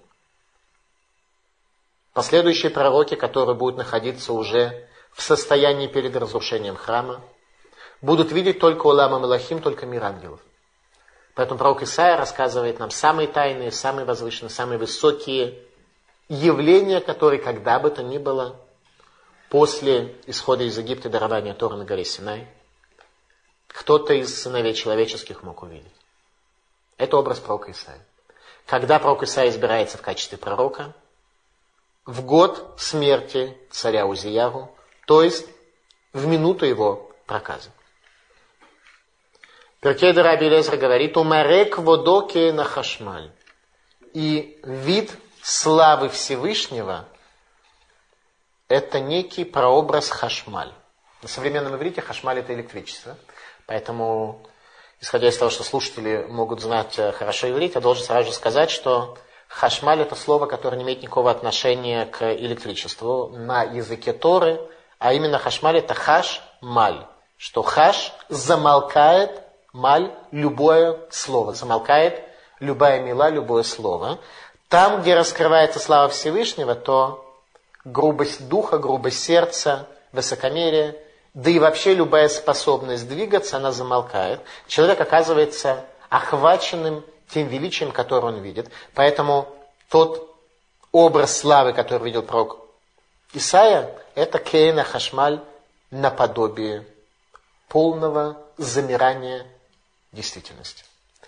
Последующие пророки, которые будут находиться уже в состоянии перед разрушением храма, будут видеть только улама мелахим, только мир ангелов. Поэтому пророк Исаия рассказывает нам самые тайные, самые возвышенные, самые высокие явления, которые когда бы то ни было после исхода из Египта и дарования Торы на горе Синай кто-то из сыновей человеческих мог увидеть. Это образ пророка Исаия. Когда пророк Исаия избирается в качестве пророка? В год смерти царя Узиягу, то есть в минуту его проказа. Перкей де Раби Элиэзер говорит: «Умарек водоке на хашмаль». И вид славы Всевышнего – это некий прообраз хашмаль. На современном иврите хашмаль – это электричество. Поэтому, исходя из того, что слушатели могут знать хорошо иврит, я должен сразу же сказать, что хашмаль – это слово, которое не имеет никакого отношения к электричеству на языке Торы, а именно хашмаль – это хаш-маль, что хаш замолкает, маль – любое слово, замолкает любая мила, любое слово. Там, где раскрывается слава Всевышнего, то грубость духа, грубость сердца, высокомерие, да и вообще любая способность двигаться, она замолкает. Человек оказывается охваченным тем величием, которое он видит. Поэтому тот образ славы, который видел пророк Исаия, это кейна хашмаль наподобие полного замирания действительности.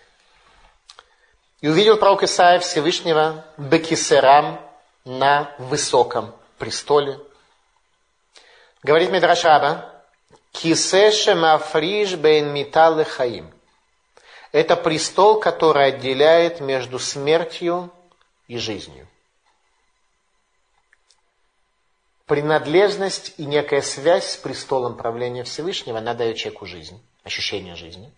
И увидел пророк Исаия Всевышнего бекисерам на высоком престоле. Говорит Мидраш Раба: кисе мафриш бейн мита лехаим. Это престол, который отделяет между смертью и жизнью. Принадлежность и некая связь с престолом правления Всевышнего, она дает человеку жизнь, ощущение жизни.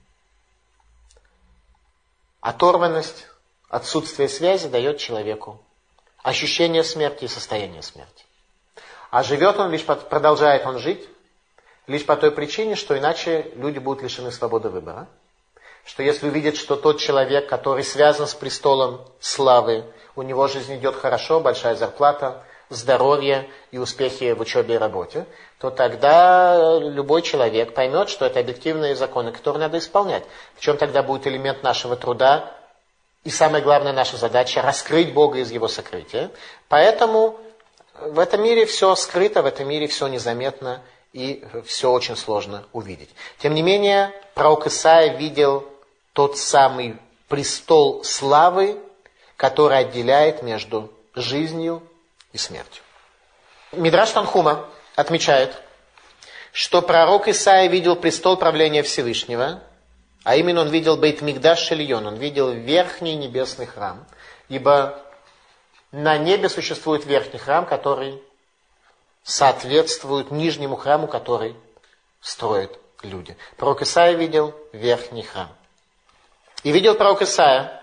Оторванность, отсутствие связи дает человеку ощущение смерти и состояние смерти. А живет он лишь, под, продолжает он жить, лишь по той причине, что иначе люди будут лишены свободы выбора. Что если увидят, что тот человек, который связан с престолом славы, у него жизнь идет хорошо, большая зарплата, здоровье и успехи в учебе и работе, то тогда любой человек поймет, что это объективные законы, которые надо исполнять. В чем тогда будет элемент нашего труда и самая главная наша задача – раскрыть Бога из Его сокрытия. Поэтому в этом мире все скрыто, в этом мире все незаметно и все очень сложно увидеть. Тем не менее, пророк Исаия видел тот самый престол славы, который отделяет между жизнью и смертью. Мидраш Танхума отмечает, что пророк Исаия видел престол правления Всевышнего, а именно он видел Бейт Микдаш Шельон, он видел верхний небесный храм, ибо на небе существует верхний храм, который соответствует нижнему храму, который строят люди. Пророк Исаия видел верхний храм. И видел пророк Исаия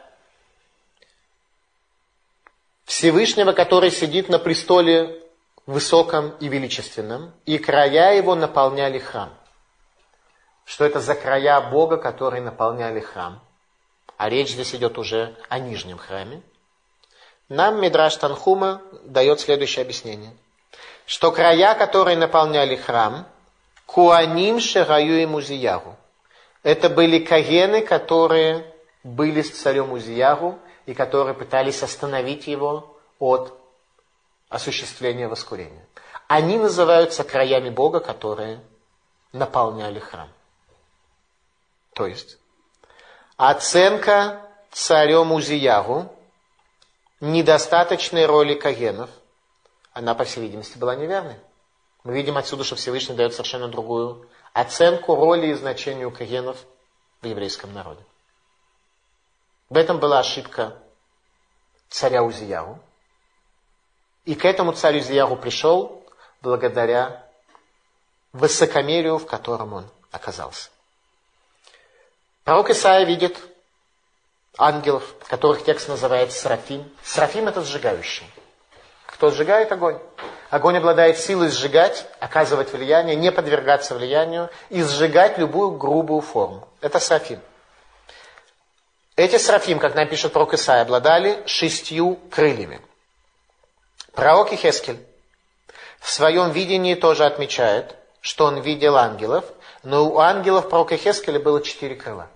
Всевышнего, который сидит на престоле высоком и величественном, и края его наполняли храм. Что это за края Бога, которые наполняли храм? А речь здесь идет уже о нижнем храме. Нам Мидраш Танхума дает следующее объяснение. Что края, которые наполняли храм, куаним шераю и музиягу. Это были кагены, которые были с царем Узиягу и которые пытались остановить его от осуществления воскурения. Они называются краями Бога, которые наполняли храм. То есть, оценка царем Узиягу недостаточной роли кагенов, она, по всей видимости, была неверной. Мы видим отсюда, что Всевышний дает совершенно другую оценку роли и значению кагенов в еврейском народе. В этом была ошибка царя Узиягу. И к этому царю Узиягу пришел благодаря высокомерию, в котором он оказался. Пророк Исаия видит ангелов, которых текст называет Серафим. Серафим – это сжигающий. Кто сжигает огонь? Огонь обладает силой сжигать, оказывать влияние, не подвергаться влиянию и сжигать любую грубую форму. Это серафим. Эти серафим, как нам пишет пророк Исаия, обладали шестью крыльями. Пророк Йехескель в своем видении тоже отмечает, что он видел ангелов, но у ангелов пророка Йехескеля было четыре крыла.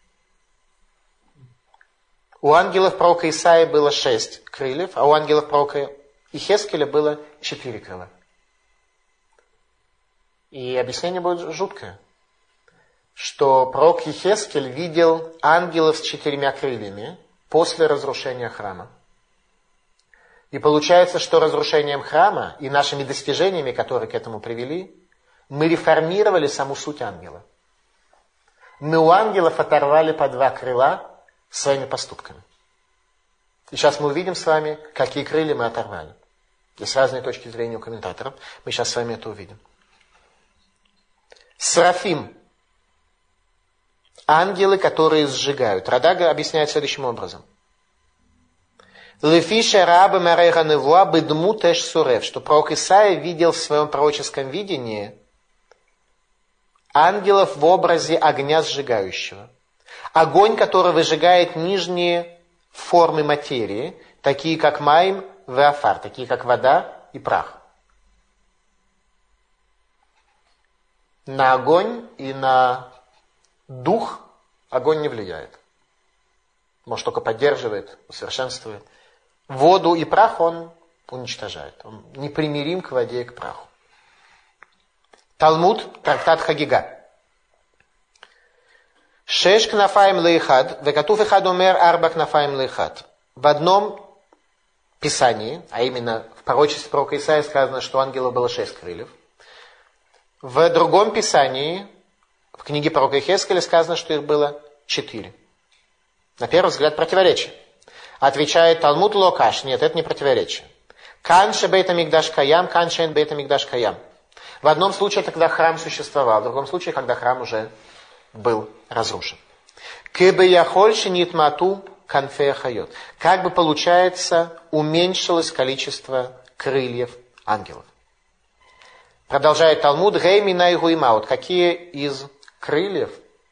У ангелов пророка Исаии было шесть крыльев, а у ангелов пророка Йехескеля было четыре крыла. И объяснение будет жуткое, что пророк Йехескель видел ангелов с четырьмя крыльями после разрушения храма. И получается, что разрушением храма и нашими достижениями, которые к этому привели, мы реформировали саму суть ангела. Мы у ангелов оторвали по два крыла своими поступками. И сейчас мы увидим с вами, какие крылья мы оторвали. Есть разные точки зрения у комментаторов. Мы сейчас с вами это увидим. Серафим. Ангелы, которые сжигают. Радага объясняет следующим образом. Лефиша раба марейха невуа бедму тэш сурев, что пророк Исаия видел в своем пророческом видении ангелов в образе огня сжигающего. Огонь, который выжигает нижние формы материи, такие как маим веафар, такие как вода и прах. На огонь и на дух огонь не влияет. Может, только поддерживает, усовершенствует. Воду и прах он уничтожает. Он непримирим к воде и к праху. Талмуд, трактат Хагига. Шеш кнафаем лейхад, векатуф эхад омер арба кнафаем лейхад. В одном писании, а именно в пророчестве пророка Исаии сказано, что у ангелов было шесть крыльев. В другом писании, в книге пророка Йехескеля, сказано, что их было четыре. На первый взгляд противоречие. Отвечает Талмуд Локаш. Нет, это не противоречие. Канше бейта мигдаш каям, каншен бейта мигдаш каям. В одном случае это когда храм существовал, в другом случае, когда храм уже был разрушен. Кебе яхольши нитмату канфея хайот. Как бы получается, уменьшилось количество крыльев ангелов. Продолжает Талмуд. Гейми найгуимаут. Какие из крыльев,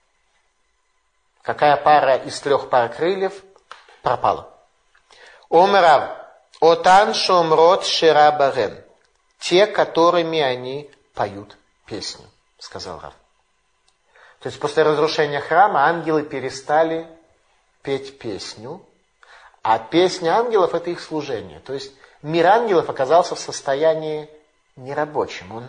какая пара из трех пар крыльев пропала? Омрав, отан шомрот шира барен. Те, которыми они поют песню, сказал Рав. То есть после разрушения храма ангелы перестали петь песню, а песня ангелов это их служение. То есть мир ангелов оказался в состоянии нерабочим. Он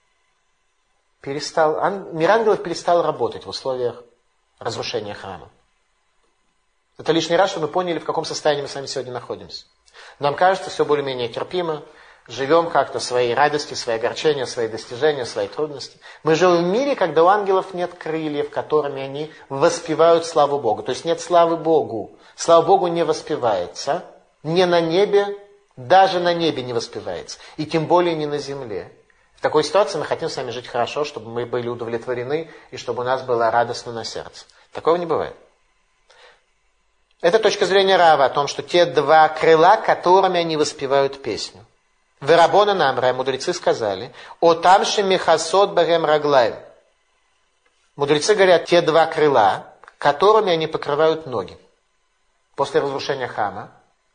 перестал, ан, мир ангелов перестал работать в условиях разрушения храма. Это лишний раз, чтобы мы поняли, в каком состоянии мы с вами сегодня находимся. Нам кажется, все более-менее терпимо. Живем как-то свои радости, свои огорчения, свои достижения, свои трудности. Мы живем в мире, когда у ангелов нет крыльев, которыми они воспевают славу Богу. То есть нет славы Богу. Слава Богу не воспевается. Не на небе, даже на небе не воспевается. И тем более не на земле. В такой ситуации мы хотим с вами жить хорошо, чтобы мы были удовлетворены и чтобы у нас было радостно на сердце. Такого не бывает. Это точка зрения Рава о том, что те два крыла, которыми они воспевают песню. Верабона намра, мудрецы сказали, о тамши мехасот багем раглаем. Мудрецы говорят, те два крыла, которыми они покрывают ноги. После разрушения храма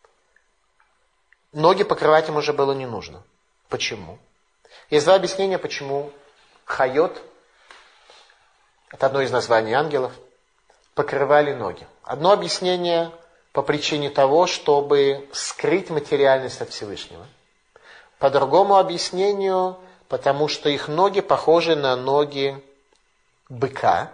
ноги покрывать им уже было не нужно. Почему? Есть два объяснения, почему хайот, это одно из названий ангелов, покрывали ноги. Одно объяснение по причине того, чтобы скрыть материальность от Всевышнего. По другому объяснению, потому что их ноги похожи на ноги быка.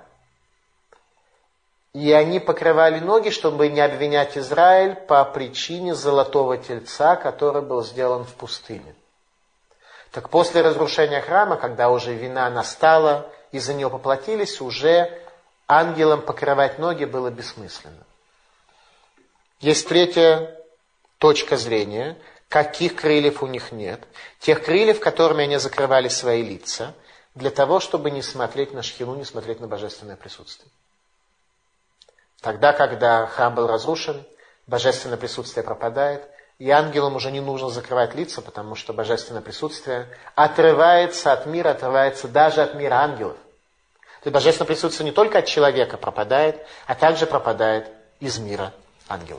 И они покрывали ноги, чтобы не обвинять Израиль по причине золотого тельца, который был сделан в пустыне. Так после разрушения храма, когда уже вина настала, и за нее поплатились, уже ангелам покрывать ноги было бессмысленно. Есть третья точка зрения, каких крыльев у них нет. Тех крыльев, которыми они закрывали свои лица, для того, чтобы не смотреть на шхину, не смотреть на божественное присутствие. Тогда, когда храм был разрушен, божественное присутствие пропадает, и ангелам уже не нужно закрывать лица, потому что божественное присутствие отрывается от мира, отрывается даже от мира ангелов. То есть божественное присутствие не только от человека пропадает, а также пропадает из мира ангелов.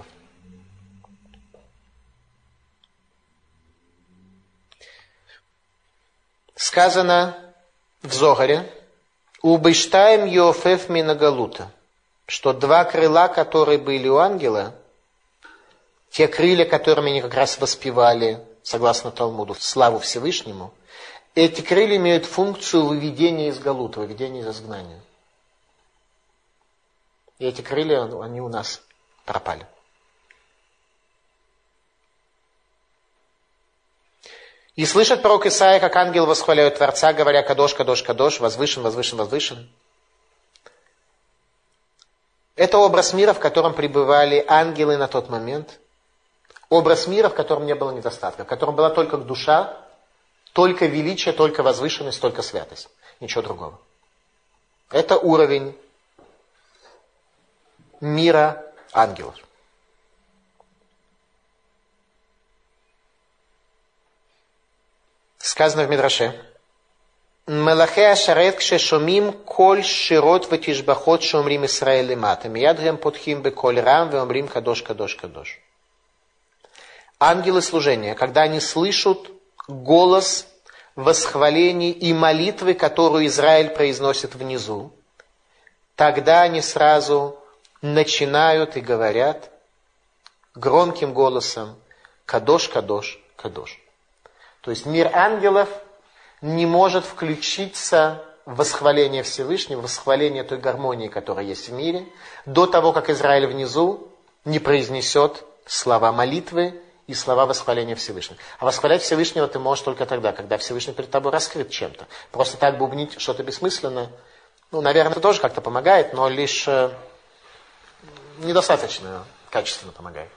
Сказано в Зогаре: «Убыштаем Йофеф Минагалута», что два крыла, которые были у ангела, те крылья, которыми они как раз воспевали, согласно Талмуду, славу Всевышнему, эти крылья имеют функцию выведения из галута, выведения из изгнания. И эти крылья, они у нас пропали. И слышит пророк Исаия, как ангел восхваляют Творца, говоря: «Кадош, Кадош, Кадош, возвышен, возвышен, возвышен». Это образ мира, в котором пребывали ангелы на тот момент. Образ мира, в котором не было недостатка, в котором была только душа, только величие, только возвышенность, только святость. Ничего другого. Это уровень мира ангелов. Сказано в Мидраше: «Мелахе ашарет кшешомим коль широт ватишбахот шомрим Исраэль лемата, мияд гем потхим беколь рам веомрим кадош, кадош, кадош». Ангелы служения, когда они слышат голос восхвалений и молитвы, которую Израиль произносит внизу, тогда они сразу начинают и говорят громким голосом: «Кадош, кадош, кадош». То есть мир ангелов не может включиться в восхваление Всевышнего, в восхваление той гармонии, которая есть в мире, до того, как Израиль внизу не произнесет слова молитвы и слова восхваления Всевышнего. А восхвалять Всевышнего ты можешь только тогда, когда Всевышний перед тобой раскрыт чем-то. Просто так бубнить что-то бессмысленное, ну, наверное, это тоже как-то помогает, но лишь э, недостаточно качественно помогает.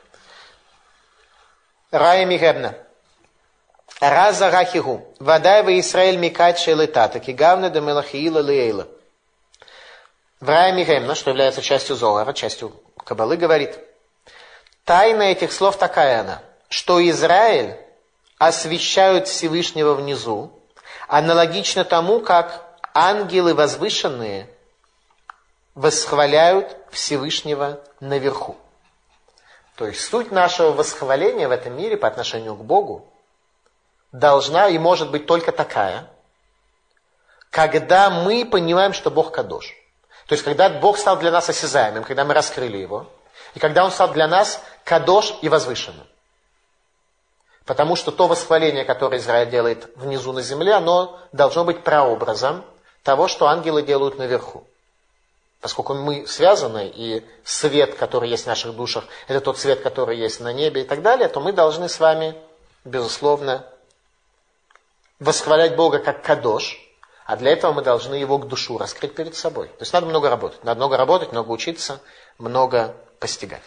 Рая Мигебна. Раза Рахигу. Вадай в Исраэль Микат Шелетата. Кигавна де Мелахиила Лейла. В Рая Мигебна, что является частью Зоара, частью Каббалы, говорит: тайна этих слов такая она, что Израиль освящают Всевышнего внизу, аналогично тому, как ангелы возвышенные восхваляют Всевышнего наверху. То есть суть нашего восхваления в этом мире по отношению к Богу должна и может быть только такая, когда мы понимаем, что Бог Кадош. То есть когда Бог стал для нас осязаемым, когда мы раскрыли Его, и когда Он стал для нас Кадош и возвышенным. Потому что то восхваление, которое Израиль делает внизу на земле, оно должно быть прообразом того, что ангелы делают наверху. Поскольку мы связаны, и свет, который есть в наших душах, это тот свет, который есть на небе и так далее, то мы должны с вами, безусловно, восхвалять Бога как Кадош, а для этого мы должны Его к душу раскрыть перед собой. То есть надо много работать. Надо много работать, много учиться, много постигать.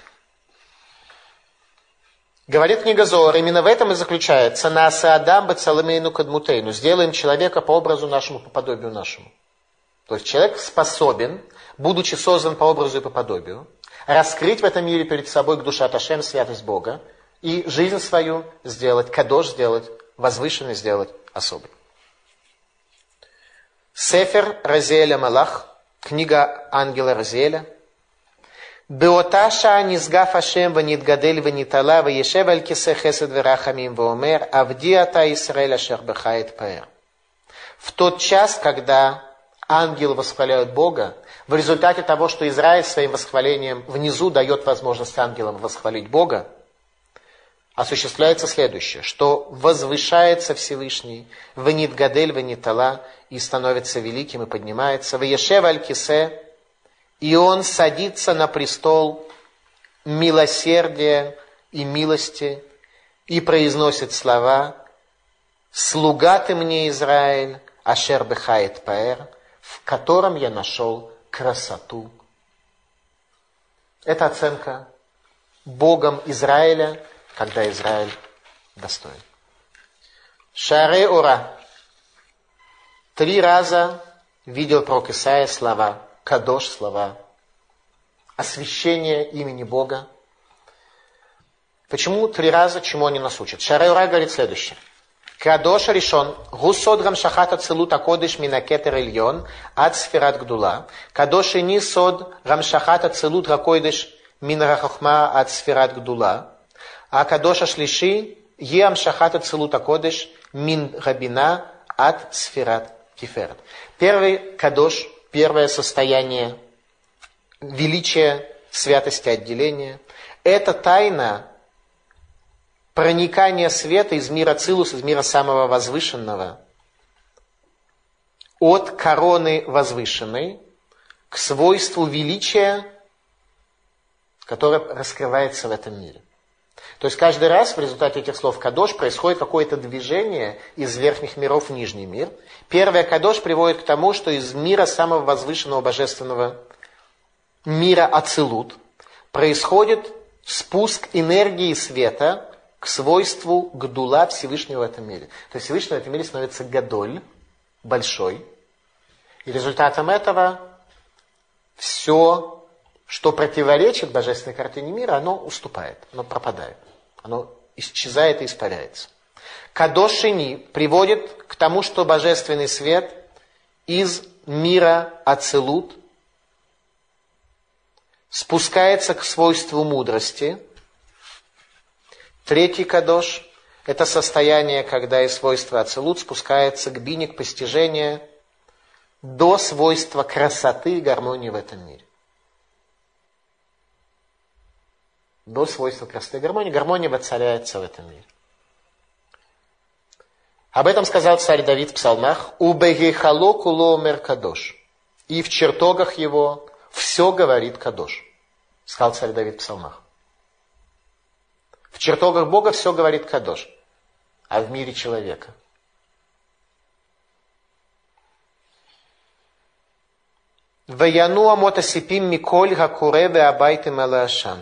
Говорит книга Зоар, именно в этом и заключается «Нааса Адам бацаламейну кадмутейну». Сделаем человека по образу нашему, по подобию нашему. То есть человек способен, будучи создан по образу и по подобию, раскрыть в этом мире перед собой к душе Ашем святость Бога и жизнь свою сделать, кадош сделать, возвышенной сделать особой. Сефер Разиэля Малах, книга ангела Разиэля. באותה שעה נשגף השם ונתגדל ונתעלה וישב על כיסא חסד ורחמים ואומר עבדי אתה ישראל אשר בך אתפאר. В тот час, когда ангелы восхваляют Бога, в результате того, что Израиль своим восхвалением внизу дает возможность ангелам восхвалить Бога, осуществляется следующее, что возвышается Всевышний, венитгадель, венитала, и становится великим и поднимается, веешев аль-кисе, и он садится на престол милосердия и милости и произносит слова: «Слуга ты мне, Израиль, ашер беха этпаэр», в котором я нашел красоту. Это оценка Богом Израиля, когда Израиль достоин. Шаре Ора. Три раза видел пророк Исаия слова Кадош, слова освящения имени Бога. Почему три раза, чему они нас учат? Шарей Ура говорит следующее. Кадош решен, гусод гамшахат ацелут акодыш минакетер ильон ад сферат гдула. Кадош ини сод гамшахат ацелут ракойдыш минарахахма ад сферат гдула. А кадош ашлиши е амшахат ацелут акодыш мин рабина ад сферат тиферат. Первый кадош, первое состояние величия, святости, отделения. Это тайна проникание света из мира Цилус, из мира самого возвышенного, от короны возвышенной к свойству величия, которое раскрывается в этом мире. То есть каждый раз в результате этих слов кадош происходит какое-то движение из верхних миров в нижний мир. Первое кадош приводит к тому, что из мира самого возвышенного божественного мира Ацилут происходит спуск энергии света к свойству Гдула Всевышнего в этом мире. То есть Всевышний в этом мире становится Гадоль, большой. И результатом этого все, что противоречит божественной картине мира, оно уступает, оно пропадает. Оно исчезает и испаряется. Кадош Шини приводит к тому, что божественный свет из мира Ацилут спускается к свойству мудрости. Третий кадош – это состояние, когда из свойства ацелут спускается к бине, к постижению до свойства красоты и гармонии в этом мире. До свойства красоты и гармонии. Гармония воцаряется в этом мире. Об этом сказал царь Давид в псалмах. «Убегейхало куло омер кадош». И в чертогах его все говорит кадош. Сказал царь Давид в псалмах. В чертогах Бога все говорит кадош, а в мире человека. Ваяну амотасипим миколь гакуре веабайты малаашан.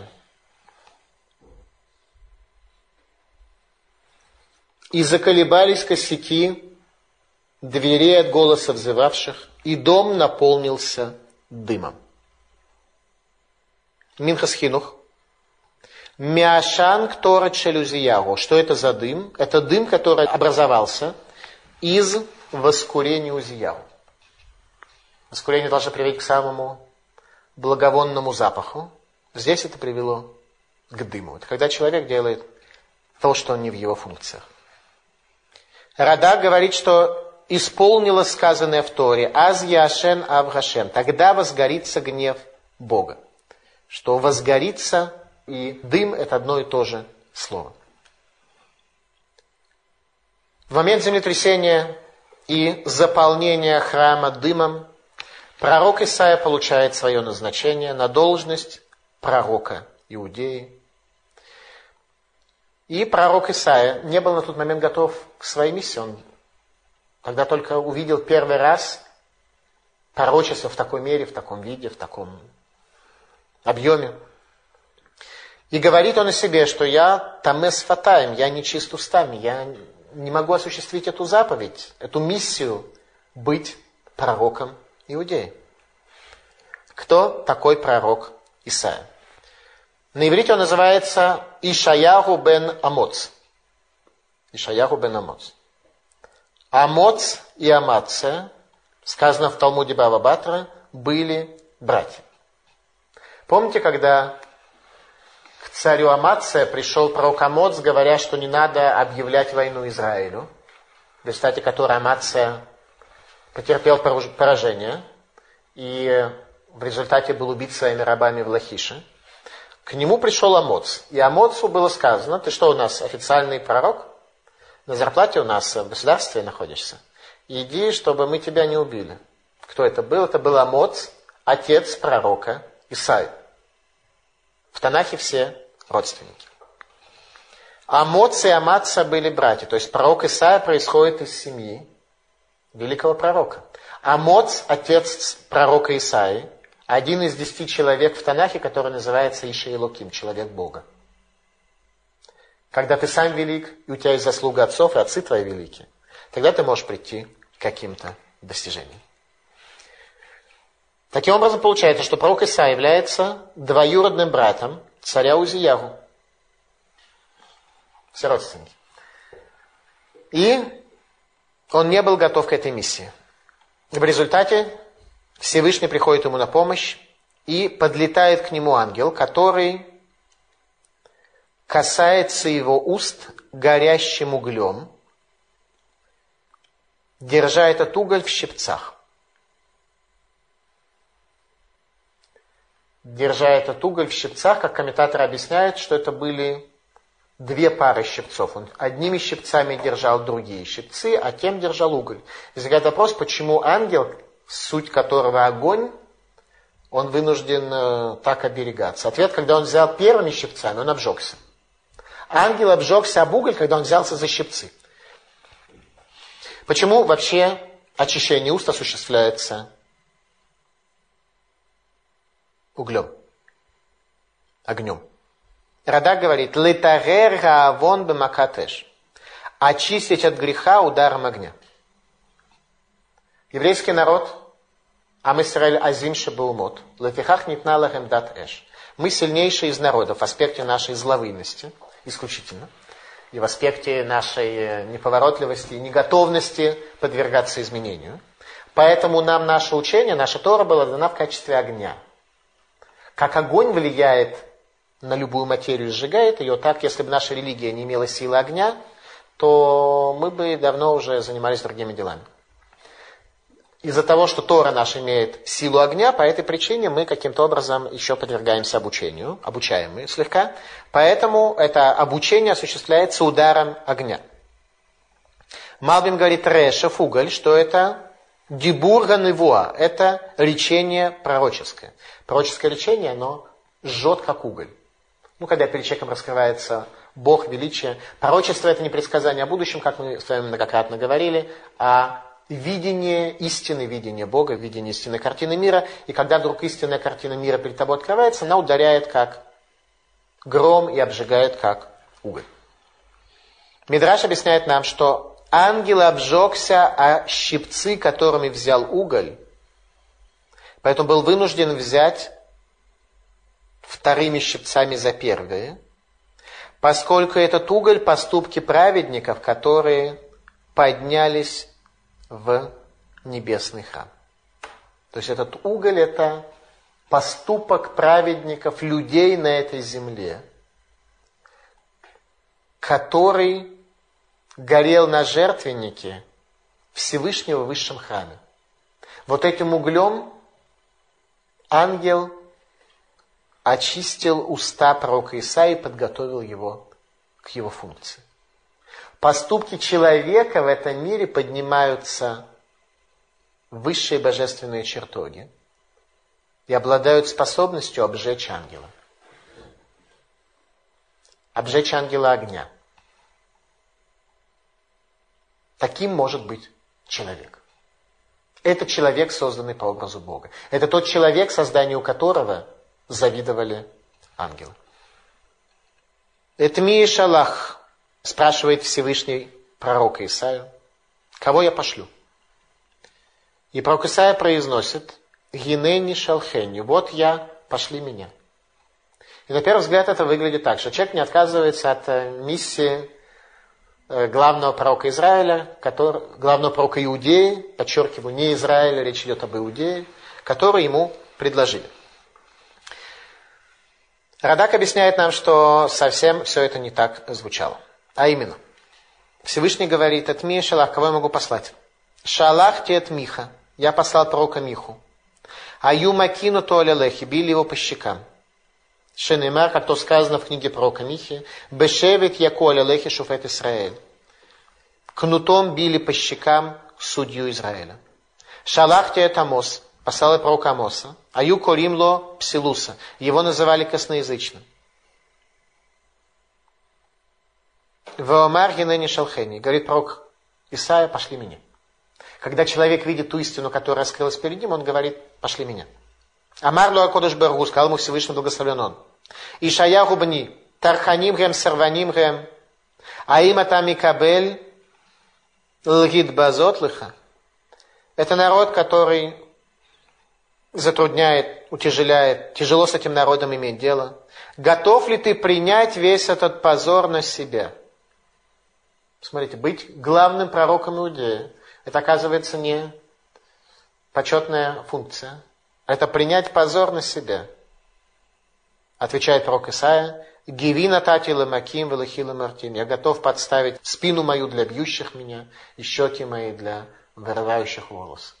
И заколебались косяки дверей от голоса взывавших, и дом наполнился дымом. Минхас Хинух. Мяшан ктора челюзиягу. Что это за дым? Это дым, который образовался из воскурения Узиягу. Воскурение должно приводить к самому благовонному запаху. Здесь это привело к дыму. Это когда человек делает то, что не в его функциях. Рада говорит, что исполнилось сказанное в Торе. Аз яшен авгашем. Тогда возгорится гнев Бога. Что возгорится и дым – это одно и то же слово. В момент землетрясения и заполнения храма дымом пророк Исаия получает свое назначение на должность пророка Иудеи. И пророк Исаия не был на тот момент готов к своей миссии. Он тогда только увидел первый раз пророчество в такой мере, в таком виде, в таком объеме. И говорит он о себе, что я тамес фатаем, я не чист устами, я не могу осуществить эту заповедь, эту миссию быть пророком Иудеи. Кто такой пророк Исаия? На иврите он называется Ишаяху бен Амоц. Ишаяху бен Амоц. Амоц и Амация, сказано в Талмуде Бава Батра, были братья. Помните, когда к царю Амация пришел пророк Амоц, говоря, что не надо объявлять войну Израилю, в результате которой Амация потерпел поражение и в результате был убит своими рабами в Лахише. К нему пришел Амоц, и Амоцу было сказано: ты что, у нас официальный пророк? На зарплате у нас в государстве находишься. Иди, чтобы мы тебя не убили. Кто это был? Это был Амоц, отец пророка Исаии. В Танахе все родственники. Амоц и Амация были братья. То есть пророк Исаия происходит из семьи великого пророка. Амоц, отец пророка Исаии, один из десяти человек в Танахе, который называется Иша Элоким, человек Бога. Когда ты сам велик, и у тебя есть заслуга отцов, и отцы твои великие, тогда ты можешь прийти к каким-то достижениям. Таким образом, получается, что пророк Исаия является двоюродным братом царя Узиягу. все родственники. И он не был готов к этой миссии. В результате Всевышний приходит ему на помощь, и подлетает к нему ангел, который касается его уст горящим углем, держа этот уголь в щипцах. Держа этот уголь в щипцах, как комментаторы объясняют, что это были две пары щипцов. Он одними щипцами держал другие щипцы, а тем держал уголь. Возникает вопрос, почему ангел, суть которого огонь, он вынужден э, так оберегаться. Ответ, когда он взял первыми щипцами, он обжегся. Ангел обжегся об уголь, когда он взялся за щипцы. Почему вообще очищение уст осуществляется углем, огнем? Радак говорит, «Летарер гаавон бемакатеш» – очистить от греха ударом огня. Еврейский народ, Ам Исраэль азим шебаумот, лефихах нитна лахем дат эш. Мы сильнейшие из народов в аспекте нашей зловынности, исключительно, и в аспекте нашей неповоротливости и неготовности подвергаться изменению. Поэтому нам наше учение, наша Тора была дана в качестве огня. Как огонь влияет на любую материю и сжигает ее, так, если бы наша религия не имела силы огня, то мы бы давно уже занимались другими делами. Из-за того, что Тора наша имеет силу огня, по этой причине мы каким-то образом еще подвергаемся обучению, обучаемые слегка. Поэтому это обучение осуществляется ударом огня. Малбим говорит, решев, уголь, что это дибур ганевуа, это речение пророческое. Пророческое речение, оно жжет как уголь. Ну, когда перед человеком раскрывается Бог, величие. Пророчество это не предсказание о будущем, как мы с вами многократно говорили, а видение истины, видение Бога, видение истинной картины мира. И когда вдруг истинная картина мира перед тобой открывается, она ударяет как гром и обжигает как уголь. Мидраш объясняет нам, что ангел обжегся о щипцы, которыми взял уголь, поэтому был вынужден взять вторыми щипцами за первые, поскольку этот уголь – поступки праведников, которые поднялись в небесный храм. То есть этот уголь – это поступок праведников, людей на этой земле, который горел на жертвеннике Всевышнего в высшем храме. Вот этим углем ангел очистил уста пророка Исаии и подготовил его к его функции. Поступки человека в этом мире поднимаются в высшие божественные чертоги и обладают способностью обжечь ангела. Обжечь ангела огня. Таким может быть человек. Это человек, созданный по образу Бога. Это тот человек, созданию которого завидовали ангелы. «Этми шалах», спрашивает Всевышний пророка Исаию, «кого я пошлю?» И пророк Исаия произносит, «Гинени шалхени», «вот я, пошли меня». И на первый взгляд это выглядит так, что человек не отказывается от миссии главного пророка Израиля, который, главного пророка Иудеи, подчеркиваю, не Израиля, речь идет об Иудее, который ему предложили. Радак объясняет нам, что совсем все это не так звучало. А именно, Всевышний говорит, от Мия Шалах, кого я могу послать? Шалах те от Миха, я послал пророка Миху. Аю макину то алялехи, били его по щекам. Шенемар, как то сказано в книге пророка Михи, бешевит яку алялехи шуфет Исраэль. Кнутом били по щекам судью Израиля. Шалах те от Амос, послал пророка Амоса. Аю коримло псилуса, его называли косноязычным. Ваомар гинени шалхени, говорит пророк Исаия, пошли меня. Когда человек видит ту истину, которая раскрылась перед ним, он говорит, пошли меня. Амар ло акодыш баргу, сказал ему Всевышний, благословен он. Ишая губни, тарханим гем, сарваним гем, аим атами кабель, лгит базот лыха. Это народ, который затрудняет, утяжеляет, тяжело с этим народом иметь дело. Готов ли ты принять весь этот позор на себя? Смотрите, быть главным пророком Иудеи, это, оказывается, не почетная функция. Это принять позор на себя. Отвечает пророк Исаия: «Гиви натати ламаким велахила мартим». Я готов подставить спину мою для бьющих меня и щеки мои для вырывающих волос.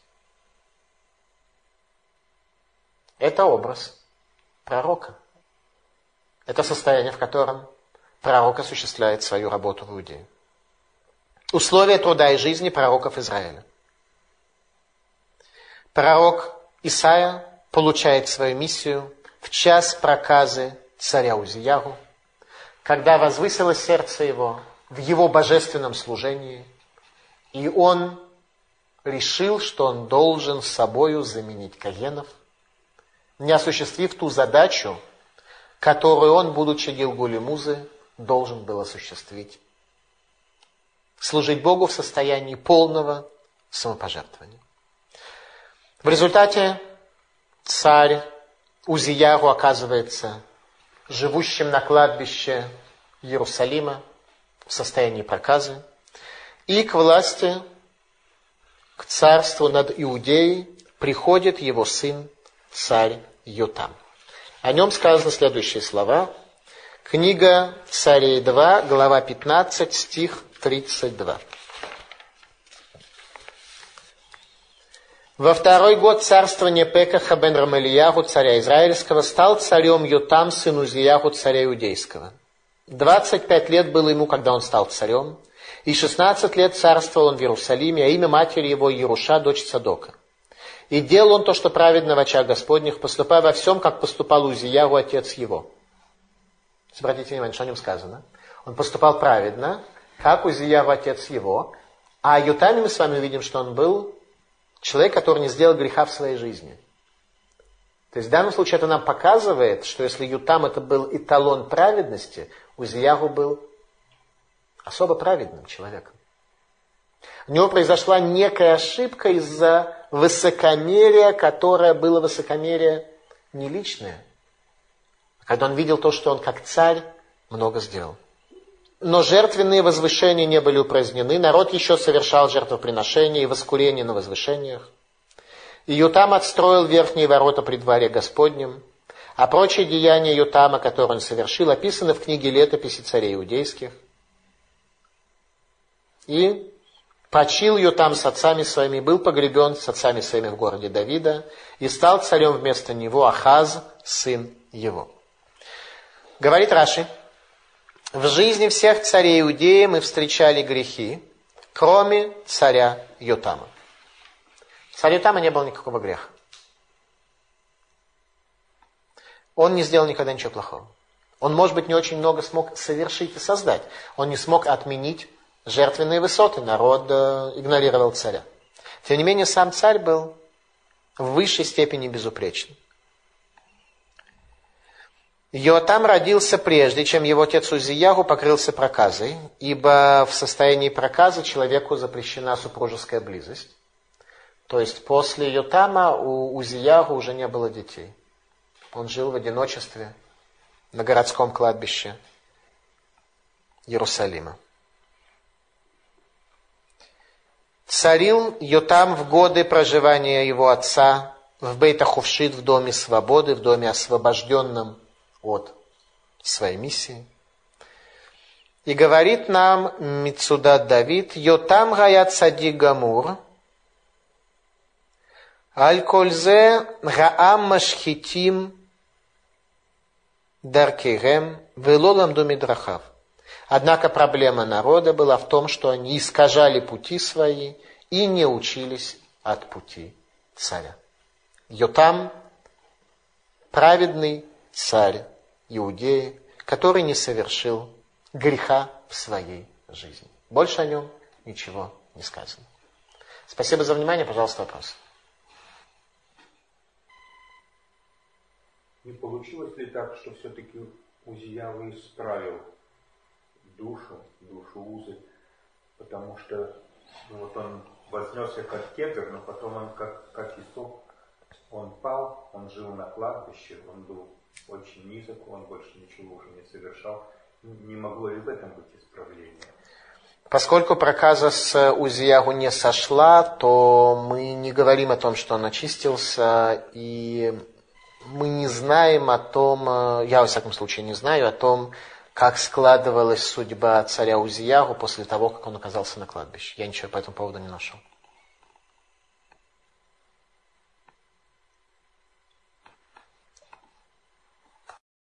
Это образ пророка. Это состояние, в котором пророк осуществляет свою работу в Иудее. Условия труда и жизни пророков Израиля. Пророк Исаия получает свою миссию в час проказы царя Узиягу, когда возвысилось сердце его в его божественном служении, и он решил, что он должен собою заменить Коенов, не осуществив ту задачу, которую он, будучи Гилгуль-Музы, должен был осуществить. Служить Богу в состоянии полного самопожертвования. В результате царь Узиягу оказывается живущим на кладбище Иерусалима в состоянии проказы, и к власти, к царству над Иудеей приходит его сын, царь Йотам. О нем сказаны следующие слова. Книга Царей два, глава пятнадцать, стих тридцать два. Во второй год царствования Пекаха бен Рамальяху, царя Израильского, стал царем Йотам, сын Узияху, царя Иудейского. Двадцать пять лет было ему, когда он стал царем, и шестнадцать лет царствовал он в Иерусалиме, а имя матери его Еруша, дочь Цадока. И делал он то, что праведно в очах Господних, поступая во всем, как поступал Узияху, отец его. Обратите внимание, что о нем сказано. Он поступал праведно, как Узияху, отец его, а о Йотаме мы с вами увидим, что он был человек, который не сделал греха в своей жизни. То есть в данном случае это нам показывает, что если Йотам это был эталон праведности, Узияху был особо праведным человеком. У него произошла некая ошибка из-за высокомерия, которое было высокомерие не личное. Когда он видел то, что он как царь много сделал. Но жертвенные возвышения не были упразднены, народ еще совершал жертвоприношения и воскурения на возвышениях. И Йотам отстроил верхние ворота при дворе Господнем, а прочие деяния Йотама, которые он совершил, описаны в книге летописи царей иудейских. И почил Йотам с отцами своими, был погребен с отцами своими в городе Давида, и стал царем вместо него Ахаз, сын его. Говорит Раши: в жизни всех царей Иудеи мы встречали грехи, кроме царя Йотама. Царя Йотама не было никакого греха. Он не сделал никогда ничего плохого. Он, может быть, не очень много смог совершить и создать. Он не смог отменить жертвенные высоты. Народ игнорировал царя. Тем не менее, сам царь был в высшей степени безупречен. Йотам родился прежде, чем его отец Узияху покрылся проказой, ибо в состоянии проказы человеку запрещена супружеская близость. То есть после Йотама у Узияху уже не было детей. Он жил в одиночестве на городском кладбище Иерусалима. Царил Йотам в годы проживания его отца в Бейт-Ахувшит, в доме свободы, в доме освобожденном от своей миссии. И говорит нам Мицудат Давид: Йотам гаят садик гамур, аль кользе гаам машхитим даркегем велолам думидрахав. Однако проблема народа была в том, что они искажали пути свои и не учились от пути царя. Йотам – праведный царь Иудеи, который не совершил греха в своей жизни. Больше о нем ничего не сказано. Спасибо за внимание. Пожалуйста, вопрос. Не получилось ли так, что все-таки Узияху исправил душу, душу Узы, потому что вот он вознесся как кедр, но потом он как, как исток, он пал, он жил на кладбище, он был очень низок, он больше ничего уже не совершал. Не могло ли в этом быть исправление? Поскольку проказа с Узиягу не сошла, то мы не говорим о том, что он очистился, и мы не знаем о том, я во всяком случае не знаю о том, как складывалась судьба царя Узиягу после того, как он оказался на кладбище. Я ничего по этому поводу не нашел.